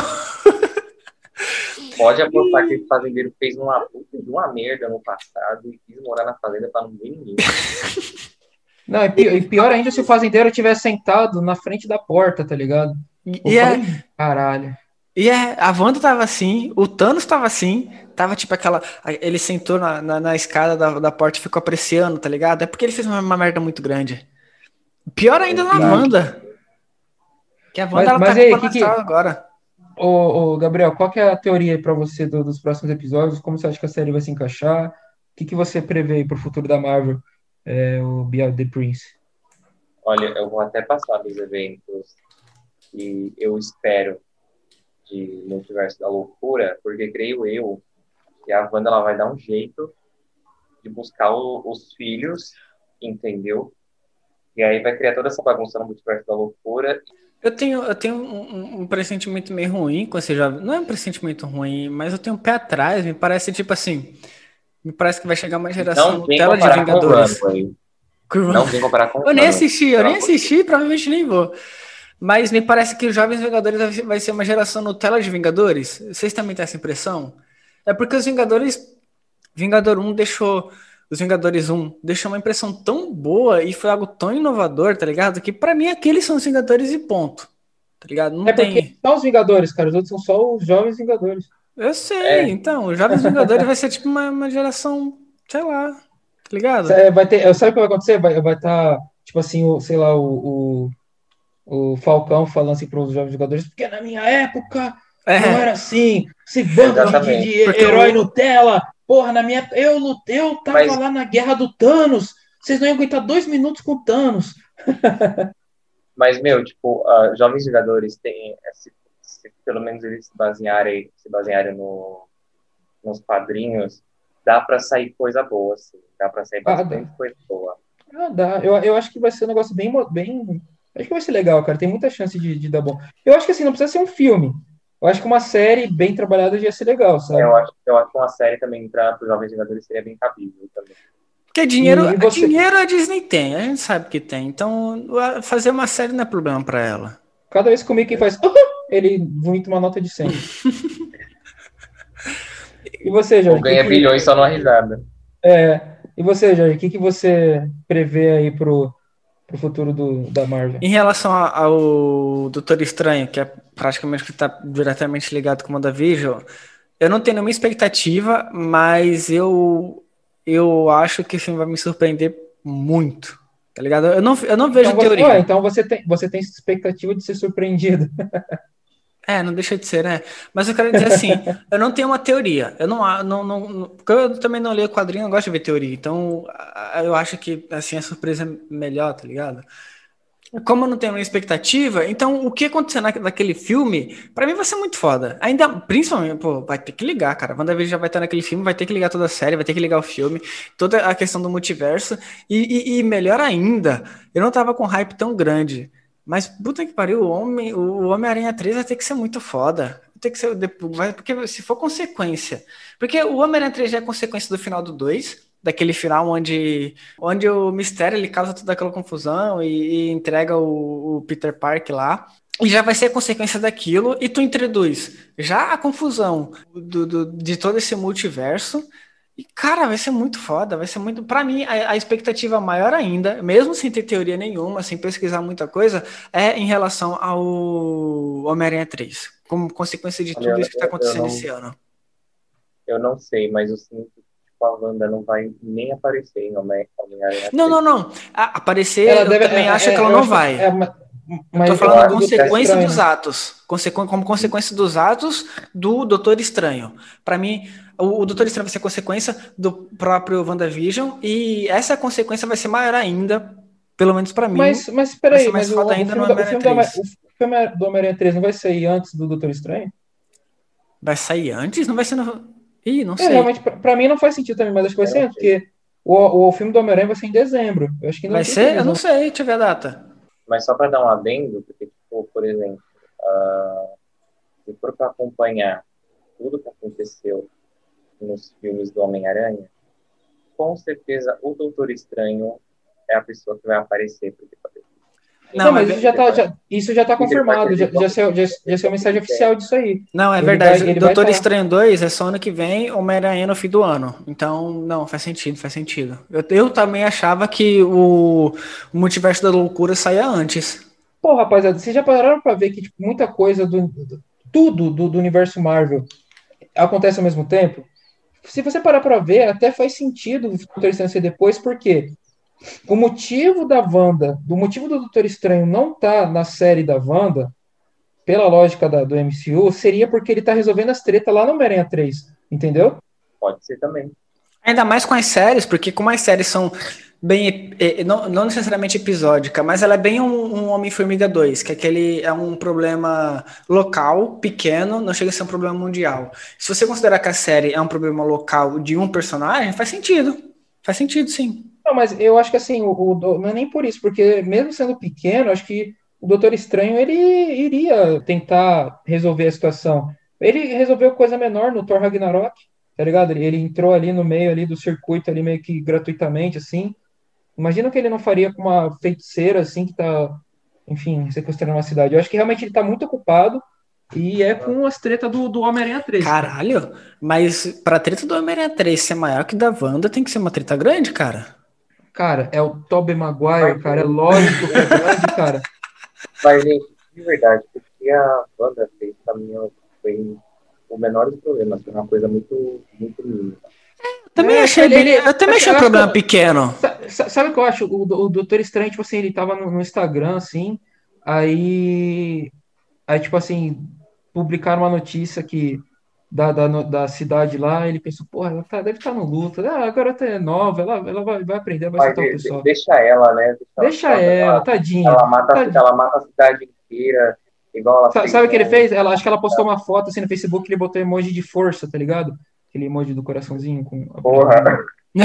S3: Pode apostar que esse fazendeiro fez uma puta de uma merda no passado e quis morar na fazenda pra não ver ninguém.
S2: Não, e pior ainda se o fazendeiro tivesse sentado na frente da porta, tá ligado?
S1: E, e
S2: falei,
S1: é...
S2: Caralho.
S1: E é, a Wanda tava assim, o Thanos tava assim, tava tipo aquela. Ele sentou na, na, na escada da, da porta e ficou apreciando, tá ligado? É porque ele fez uma, uma merda muito grande. Pior ainda na Wanda. Que a Wanda
S2: mas,
S1: ela
S2: mas
S1: tá
S2: aí, que que...
S1: agora.
S2: Ô, ô, Gabriel, qual que é a teoria pra você do, dos próximos episódios? Como você acha que a série vai se encaixar? O que, que você prevê aí pro futuro da Marvel, é, o Beyond the Prince?
S3: Olha, eu vou até passar dos eventos que eu espero de Multiverso da Loucura, porque creio eu que a Wanda ela vai dar um jeito de buscar o, os filhos, entendeu? E aí vai criar toda essa bagunça no Multiverso da Loucura.
S1: Eu tenho, eu tenho um, um pressentimento meio ruim com esse jovem. Não é um pressentimento ruim, mas eu tenho um pé atrás. Me parece tipo assim. Me parece que vai chegar uma geração Nutella de Vingadores.
S3: Com não vem comparar com o
S1: Eu nem assisti, eu nem assisti, provavelmente nem vou. Mas me parece que os Jovens Vingadores vai ser uma geração Nutella de Vingadores. Vocês também têm essa impressão? É porque os Vingadores... Vingador um deixou... Os Vingadores um deixou uma impressão tão boa e foi algo tão inovador, tá ligado? Que pra mim aqueles são os Vingadores e ponto. Tá ligado? Não
S2: é
S1: tem...
S2: porque são os Vingadores, cara. Os outros são só os Jovens Vingadores.
S1: Eu sei, é. Então. Os Jovens Vingadores vai ser tipo uma, uma geração... Sei lá. Tá ligado?
S2: Vai ter, sabe o que vai acontecer? Vai estar, vai tá, tipo assim, o, sei lá, o... o... o Falcão falando assim para os jovens jogadores, porque na minha época é. não era assim, esse bando de, de herói eu... Nutella, porra, na minha época, eu, eu tava Mas... lá na guerra do Thanos, vocês não iam aguentar dois minutos com o Thanos.
S3: Mas, meu, tipo, uh, Jovens Vingadores tem, se, se pelo menos eles se basearem, se basearem no, nos quadrinhos, dá pra sair coisa boa, assim, dá pra sair bastante ah, coisa boa.
S2: Ah, dá, eu, eu acho que vai ser um negócio bem... bem... Acho que vai ser legal, cara. Tem muita chance de, de dar bom. Eu acho que assim, não precisa ser um filme. Eu acho que uma série bem trabalhada já ia ser legal, sabe?
S3: Eu acho, eu acho que uma série também para os Jovens Vingadores seria bem cabível também.
S1: Porque dinheiro, e, e você... dinheiro a Disney tem, a gente sabe que tem. Então, fazer uma série não é problema para ela.
S2: Cada vez que o Mickey faz, uh, ele vomita uma nota de cem. E você, Jorge?
S3: Ou ganha
S2: que
S3: bilhões
S2: que...
S3: só numa risada.
S2: É. E você, Jorge, o que, que você prevê aí pro pro futuro do, da Marvel?
S1: Em relação ao Doutor Estranho, que é praticamente que está diretamente ligado com o WandaVision, eu não tenho nenhuma expectativa, mas eu, eu acho que o filme vai me surpreender muito, tá ligado? Eu não, eu não vejo
S2: então você,
S1: teoria.
S2: Ué, então você tem, você tem expectativa de ser surpreendido.
S1: É, não deixa de ser, né? Mas eu quero dizer assim, eu não tenho uma teoria. Eu não, não, não, porque eu também não leio quadrinho, eu gosto de ver teoria. Então, eu acho que assim a surpresa é melhor, tá ligado? Como eu não tenho uma expectativa, então o que acontecer na, naquele filme, pra mim vai ser muito foda. Ainda, principalmente, pô, vai ter que ligar, cara. WandaVision já vai estar naquele filme, vai ter que ligar toda a série, vai ter que ligar o filme, toda a questão do multiverso. E, e, e melhor ainda, eu não tava com hype tão grande. Mas, puta que pariu, o Homem, o Homem-Aranha três vai ter que ser muito foda. Vai ter que ser, vai, porque se for consequência. Porque o Homem-Aranha três já é consequência do final do dois, daquele final onde, onde o Mistério ele causa toda aquela confusão e, e entrega o, o Peter Parker lá. e já vai ser a consequência daquilo, e tu introduz já a confusão do, do- de todo esse multiverso, e cara, vai ser muito foda, vai ser muito. Pra mim, a, a expectativa maior ainda, mesmo sem ter teoria nenhuma, sem pesquisar muita coisa, é em relação ao Homem-Aranha três, como consequência de
S3: Olha,
S1: tudo isso que tá
S3: eu, eu
S1: acontecendo
S3: não,
S1: esse ano.
S3: eu não sei, mas eu sinto que tipo, a Wanda não vai nem aparecer em Homem- Homem-Aranha
S1: Não,
S3: três.
S1: não, não. A- aparecer,
S2: Ela
S1: eu
S2: deve.
S1: também
S2: É,
S1: acho que
S2: é,
S1: ela
S2: eu
S1: não
S2: acho que. É,
S1: vai.
S2: ma-
S1: Eu tô
S2: mas
S3: Eu
S1: falando
S2: o
S3: acho
S2: do
S3: que
S2: Doutor
S1: consequência
S2: Estranho,
S1: dos
S2: né?
S1: atos. Consequ- como consequência dos atos do Doutor Estranho. Pra mim, o, o Doutor Estranho vai ser consequência do próprio WandaVision. E essa consequência vai ser maior ainda. Pelo menos pra
S2: Mas,
S1: mim.
S2: mas
S1: Vai ser
S2: peraí,
S1: mais
S2: mas o,
S1: foda
S2: o
S1: ainda no
S2: filme, da, o
S1: Homem-Aranha
S2: filme, do, Homem-
S1: três.
S2: o filme do Homem-Aranha três não vai sair antes do Doutor Estranho?
S1: Vai sair antes? Não vai ser no. Ih, não
S2: É,
S1: sei.
S2: realmente, pra, pra mim não faz sentido também, mas acho que vai
S3: eu
S2: ser
S3: não
S2: antes,
S3: sei.
S2: porque o, o filme do Homem-Aranha vai ser em dezembro. Eu acho que ainda
S1: Vai
S2: não tem
S1: ser? Eu não
S2: previsão.
S1: sei. Deixa eu ver a data.
S3: Mas só para dar um adendo, porque, tipo, por exemplo, ah, se for para acompanhar tudo que aconteceu nos filmes do Homem-Aranha, com certeza o Doutor Estranho é a pessoa que vai aparecer. Porque
S2: Não,
S1: Não, é,
S2: mas isso já
S1: ver-
S3: Peter
S2: tá,
S3: Parker,
S2: já, isso já tá
S3: Peter
S2: confirmado,
S3: Parker
S2: já,
S3: de
S2: já,
S3: volta,
S2: saiu, já, já saiu a
S3: é
S2: mensagem
S3: Peter.
S2: oficial disso aí.
S1: não, é
S2: Ele vai,
S1: verdade.
S2: ele vai
S1: Doutor
S2: estar.
S1: Estranho dois é só ano que vem, Homem-Aranha no fim do ano. Então, não, faz sentido, faz sentido. Eu, eu também achava que o, o Multiverso da Loucura saía antes.
S2: Pô, rapaziada, vocês já pararam pra ver que tipo, muita coisa do, do- tudo do, do universo Marvel acontece ao mesmo tempo? Se você parar pra ver, até faz sentido o Doutor Estranho ser depois, porque o motivo da Wanda, do motivo do Doutor Estranho não tá na série da Wanda, pela lógica da- do M C U, seria porque ele tá resolvendo as tretas lá no Homem-Aranha três, entendeu?
S3: Pode ser também.
S1: Ainda mais com as séries, porque como as séries são bem, eh, eh, não, não necessariamente episódica, mas ela é bem um, um Homem-Formiga dois, que é aquele é um problema local, pequeno, não chega a ser um problema mundial. Se você considerar que a série é um problema local de um personagem, faz sentido. Faz sentido, sim.
S2: Não, mas eu acho que assim, o, o do- não é nem por isso, porque mesmo sendo pequeno, acho que o Doutor Estranho ele iria tentar resolver a situação. Ele resolveu coisa menor no Thor Ragnarok, tá ligado? Ele, ele entrou ali no meio ali do circuito ali meio que gratuitamente assim. Imagina o que ele não faria com uma feiticeira assim que tá, enfim, sequestrando uma cidade. Eu acho que realmente ele tá muito ocupado e é com as tretas do, do Homem-Aranha três, cara.
S1: Caralho, mas pra treta do Homem-Aranha três ser maior que da Wanda, tem que ser uma treta grande, cara.
S2: Cara, é o Tobey Maguire,
S3: Mas,
S2: cara, é lógico que é grande, cara.
S3: mas, gente, de verdade, o que a Wanda fez pra mim foi o menor dos problemas. Foi uma coisa muito, muito mínima.
S1: Também
S2: É, tipo,
S1: achei
S2: ele,
S1: bem,
S2: ele-
S1: eu também
S2: assim,
S1: achei um
S2: eu acho que
S1: problema pequeno.
S2: Sa- sa- Sabe o que eu acho? O, do- o Doutor Estranho, tipo assim, ele tava no, no Instagram, assim, aí, aí, tipo assim, publicaram uma notícia que da, da, no- da cidade lá, ele pensou, porra, ela tá, deve estar no luto, ah, a garota é nova, ela, ela vai, vai aprender, vai
S3: Mas
S2: soltar o
S3: de- de-
S2: pessoal.
S3: deixa ela, né? Deixa ela,
S2: Deixa
S3: ela,
S2: ela,
S3: ela,
S2: tadinha,
S3: ela mata, a ci-
S2: tadinha.
S3: ela mata a cidade inteira, igual ela
S2: Sa-
S3: fez
S2: Sabe o que ele
S3: no.
S2: fez? Ela, acho que ela postou uma foto, assim, no Facebook, ele botou emoji de força, tá ligado? Aquele emoji do coraçãozinho com a
S3: Porra.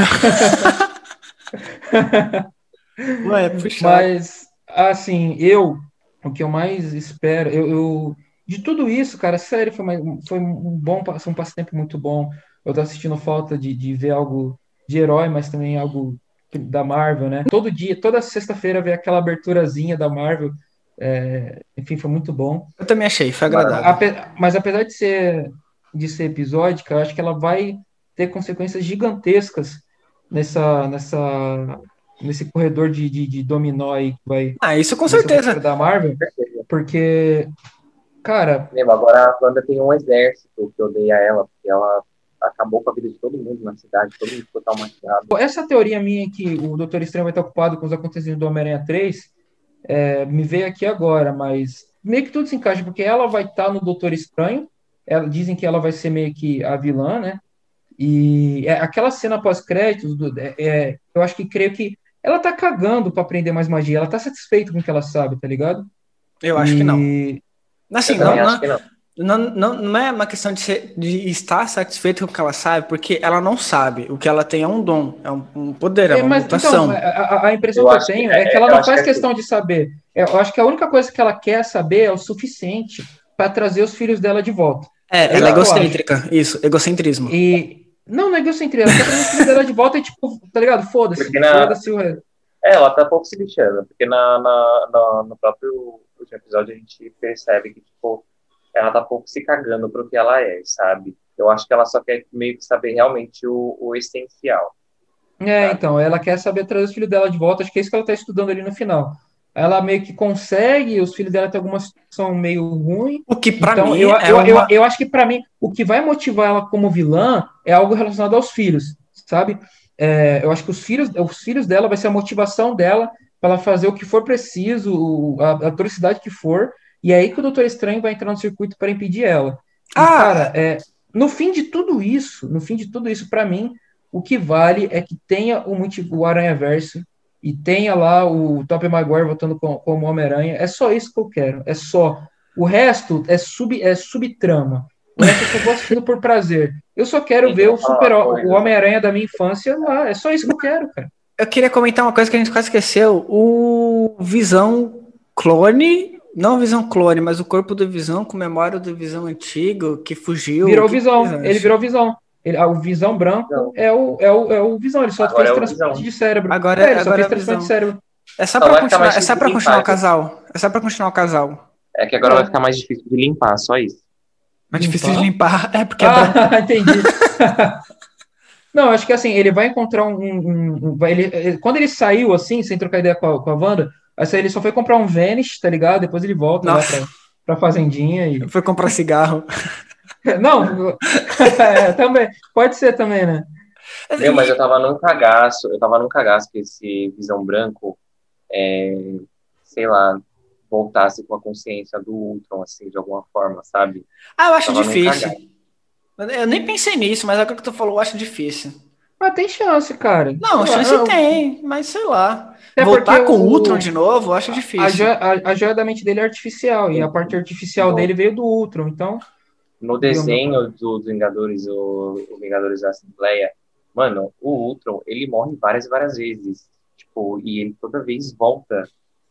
S1: Ué, é puxado.
S2: Mas, assim, eu, o que eu mais espero, eu, eu- de tudo isso, cara, sério, foi, mais- foi um bom, passo- um passatempo muito bom. Eu tô assistindo falta de, de ver algo de herói, mas também algo da Marvel, né? Todo dia, toda sexta-feira ver aquela aberturazinha da Marvel, é, enfim, foi muito bom.
S1: Eu também achei, foi agradável.
S3: Maravilha.
S2: Ape- Mas apesar de ser, de ser episódica, eu acho que ela vai ter consequências gigantescas nessa, nessa, nesse corredor de, de, de dominó aí que vai
S1: Ah, isso com
S2: vai ser o futuro
S1: certeza.
S2: da Marvel, porque, cara,
S3: Lembra, agora a Wanda tem um exército que odeia ela, porque ela acabou com a vida de todo mundo na cidade, todo mundo ficou traumatizado.
S2: essa teoria minha que o Doutor Estranho vai estar ocupado com os acontecimentos do Homem-Aranha três é, me veio aqui agora, mas meio que tudo se encaixa, porque ela vai estar no Doutor Estranho, ela, dizem que ela vai ser meio que a vilã, né? E é, aquela cena pós-créditos, do- é, é, eu acho que creio que ela tá cagando pra aprender mais magia, ela tá satisfeita com o que ela sabe, tá ligado?
S1: Eu acho que não.
S2: E
S1: Assim,
S3: Eu
S1: não,
S3: também acho
S1: não,
S3: que não.
S1: não, não, não é uma questão de, ser- de estar satisfeito com o que ela sabe, porque ela não sabe. O que ela tem é um dom, é um, um poder, é
S2: É,
S1: uma
S2: mas então,
S1: mutação.
S2: a, a- a impressão
S3: Eu
S2: que eu
S3: acho que,
S2: tenho
S3: é,
S2: é que
S3: é,
S2: ela
S3: eu
S2: não
S3: acho que
S2: faz
S3: é assim.
S2: questão de saber. É, Eu acho que a única coisa que ela quer saber é o suficiente para trazer os filhos dela de volta.
S1: É,
S2: É
S1: ela é
S2: isso que eu acho.
S1: egocêntrica. Isso, egocentrismo.
S2: E não, não é egocentrismo, ela quer trazer os filhos dela de volta e tipo, tá ligado? Foda-se,
S3: Porque na-
S2: foda-se o resto.
S3: É, ela tá pouco se lixando, porque na, na, na- no próprio último episódio, a gente percebe que, tipo, ela tá pouco se cagando pro que ela é, sabe? Eu acho que ela só quer meio que saber realmente o, o essencial.
S2: É,
S3: Sabe?
S2: então, ela quer saber trazer os filhos dela de volta, acho que é isso que ela tá estudando ali no final. Ela meio que consegue, os filhos dela têm alguma situação meio ruim.
S1: O que pra
S2: Então,
S1: mim
S2: eu,
S1: é
S2: eu, eu,
S1: uma.
S2: eu acho que pra mim, o que vai motivar ela como vilã é algo relacionado aos filhos, sabe? É, eu acho que os filhos, os filhos dela vai ser a motivação dela para ela fazer o que for preciso, o- a, a atrocidade que for, e é aí que o Doutor Estranho vai entrar no circuito para impedir ela. E, cara,
S1: Ah,
S2: é, no fim de tudo isso, no fim de tudo isso, pra mim, o que vale é que tenha o, multi, o Aranhaverso e tenha lá o Tobey Maguire voltando com- como Homem-Aranha. É só isso que eu quero. É só. O resto é, sub, é subtrama. O resto eu só vou assistindo por prazer. Eu só quero
S3: Gente,
S2: ver
S3: eu
S2: o
S3: vou falar
S2: super
S3: uma
S2: o
S3: coisa.
S2: Homem-Aranha da minha infância lá. É só isso que eu quero, cara.
S1: eu queria comentar uma coisa que a gente quase esqueceu. O Visão clone. Não o Visão clone, mas o corpo do Visão com memória do Visão antigo que fugiu. O
S2: Virou
S1: que que vocês
S2: Visão. Ele
S1: acham?
S2: virou Visão. Ele, ah, o Visão branco
S3: Não,
S2: é o, é, o, é o Visão. Ele só
S3: agora
S2: fez
S3: é o
S2: transplante
S3: Visão.
S2: de cérebro.
S1: Agora,
S2: É, ele só
S1: agora é
S2: fez
S1: a
S2: transplante de
S1: Visão.
S2: cérebro.
S1: É só
S3: Só
S1: pra
S3: vai ficar
S1: continuar,
S3: mais
S1: é só
S3: difícil
S1: pra
S3: de
S1: continuar o
S3: limpar.
S1: casal. É só pra continuar o casal.
S3: É que agora
S2: É.
S3: vai ficar mais difícil de limpar, só isso.
S1: Mas difícil de
S2: Limpar?
S1: limpar. É porque é branco.
S2: Ah, entendi. Não, acho que assim, ele vai encontrar um. um- um- um- vai- ele- ele- quando ele saiu assim, sem trocar ideia com a, com a Wanda, assim, ele só foi comprar um Vanish, tá ligado? Depois ele volta lá
S1: Nossa,
S2: pra, pra fazendinha e.
S1: foi comprar cigarro.
S2: Não, é, também. Pode ser também, né?
S3: Meu, mas eu tava num cagaço, eu tava num cagaço que esse Visão Branco, é, sei lá, voltasse com a consciência do Ultron, assim, de alguma forma, sabe?
S1: Ah, eu acho
S3: Tava num
S1: difícil.
S3: cagaço.
S1: Eu nem pensei nisso, mas agora que tu falou, eu acho difícil.
S2: Mas tem chance, cara.
S1: Não,
S2: Sei lá,
S1: chance
S2: não,
S1: tem, mas sei lá.
S2: até porque
S1: Voltar com o Ultron
S2: o,
S1: de novo, eu acho
S2: a,
S1: difícil.
S2: joia, a, a joia da mente dele é artificial, e a parte artificial
S3: No,
S2: dele veio do Ultron, então.
S3: no desenho dos Vingadores, o, o Vingadores da Assembleia, mano, o Ultron, ele morre várias e várias vezes. Tipo, e ele toda vez volta,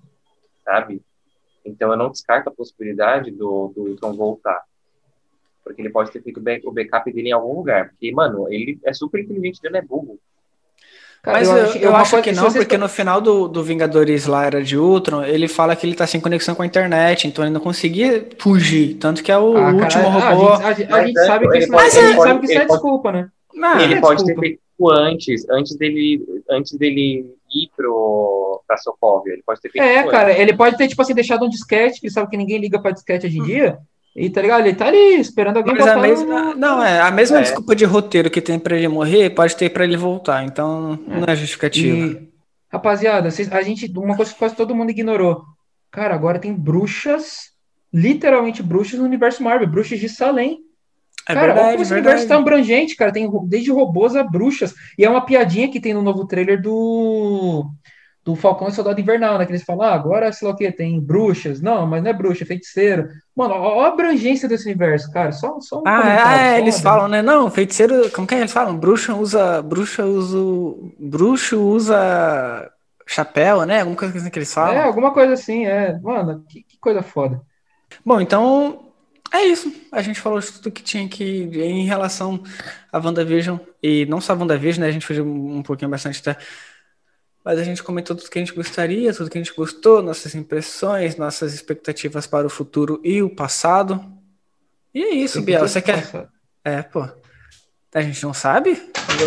S3: sabe? Então eu não descarto a possibilidade do, do Ultron voltar. Porque ele pode ter feito o back- o backup dele em algum lugar. Porque, mano, ele é super inteligente, ele não é burro.
S2: Cara,
S1: Mas
S2: eu
S1: eu,
S2: acho,
S1: eu
S2: uma
S1: acho
S2: coisa-
S1: que
S2: se
S1: não,
S2: vocês-
S1: porque no final do, do Vingadores lá era de Ultron, ele fala que ele tá sem conexão com a internet, então ele não conseguia fugir. Tanto que é o
S2: Ah,
S1: último
S2: cara, ah,
S1: robô.
S2: a gente, a gente- a
S3: Mas
S2: gente
S3: é,
S2: sabe que
S3: ele
S2: isso, não é-
S3: pode-
S2: a
S3: ele
S2: gente
S3: pode-
S2: sabe que isso
S3: ele
S2: é
S3: pode-
S2: desculpa, né?
S1: Ah,
S3: ele
S2: é
S3: pode
S2: desculpa.
S3: ter feito antes, antes dele, antes dele ir pro, pra Sokovia. Ele pode ter feito
S2: É,
S3: isso
S2: cara,
S3: antes.
S2: ele pode ter, tipo assim, deixado um disquete, que sabe que ninguém liga pra disquete hoje em dia, e tá ligado? Ele tá ali esperando alguém
S1: mas a
S2: botar no-
S1: mesma.
S2: no-
S1: Não, é a mesma
S3: É.
S1: desculpa de roteiro que tem pra ele morrer, pode ter pra ele voltar. Então não é justificativa.
S2: E, rapaziada, vocês- a gente, uma coisa que quase todo mundo ignorou. Cara, agora tem bruxas, literalmente bruxas no universo Marvel, bruxas de Salem.
S1: É
S2: Cara, olha
S1: verdade,
S2: como esse
S1: verdade.
S2: universo tá abrangente, cara. Tem ro- desde robôs a bruxas. E é uma piadinha que tem no novo trailer do, do Falcão e Soldado Invernal, né? Que eles falam, ah, agora, sei lá o quê, tem bruxas. Não, mas não é bruxa, é feiticeiro. Mano, ó, ó a abrangência desse universo, cara. Só, só um
S1: Ah,
S2: comentário.
S1: é,
S2: só um
S1: eles
S2: adendo.
S1: falam, né? Não, feiticeiro. Como que é? Eles falam? Bruxa usa. Bruxa usa. Bruxo usa chapéu, né? Alguma coisa assim que eles
S2: É,
S1: falam.
S2: alguma coisa assim, é. Mano, que, que coisa foda.
S1: Bom, então. É isso. A gente falou de tudo que tinha que em relação a WandaVision. E não só a WandaVision, né? A gente fugiu um pouquinho bastante até. Mas a gente comentou tudo que a gente gostaria, tudo que a gente gostou, nossas impressões, nossas expectativas para o futuro e o passado. E é isso, Biel. Você quer.
S2: Nossa,
S1: É, pô. A gente não sabe?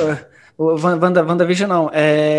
S1: O o Van- Wanda, WandaVision não.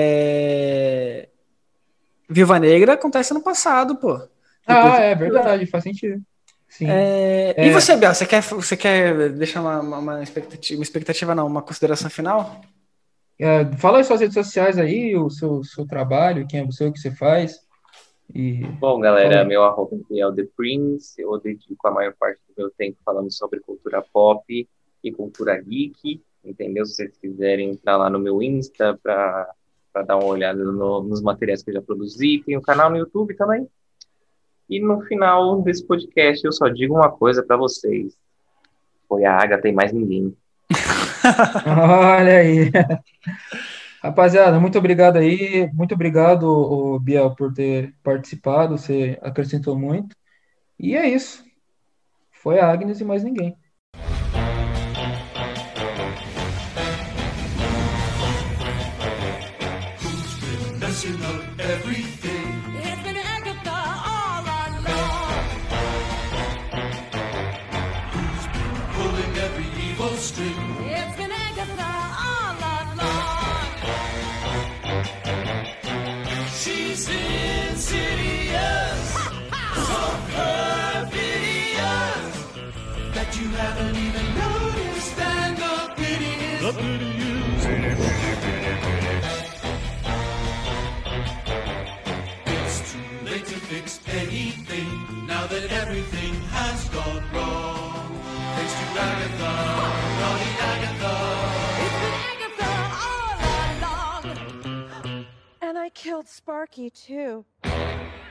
S1: É. Viúva Negra acontece no passado, pô. Depois
S2: Ah,
S1: do-
S2: é verdade, faz sentido. Sim.
S1: É,
S2: É.
S1: E você, Biel, você quer, você quer deixar uma, uma- uma expectativa, uma expectativa, não, uma consideração final?
S2: É, fala aí suas redes sociais aí, o seu, seu trabalho, quem é você, o que você faz. E
S3: Bom,
S2: fala
S3: galera,
S2: aí.
S3: meu arroba é o The Prince. Eu dedico a maior parte do meu tempo falando sobre cultura pop e cultura geek, entendeu? Se vocês quiserem entrar lá no meu Insta para dar uma olhada no- nos materiais que eu já produzi. Tem o canal no YouTube também. E no final desse podcast eu só digo uma coisa para vocês. Foi a Agatha e mais ninguém.
S2: Olha aí. Rapaziada, muito obrigado aí. Muito obrigado, ô, Biel, por ter participado. Você acrescentou muito. E é isso. Foi a Agnes e mais ninguém.
S4: Messing up everything.
S5: It's been Agatha all along.
S4: string. It's been Agatha all night long. She's insidious, so perfidious that you haven't even noticed. And the pity is, the pity is, pity, pity, pity, pity. It's too late to fix anything now that everything has gone wrong. Thanks to Agatha, naughty Agatha. It's been Agatha all night long.
S5: And I killed Sparky, too.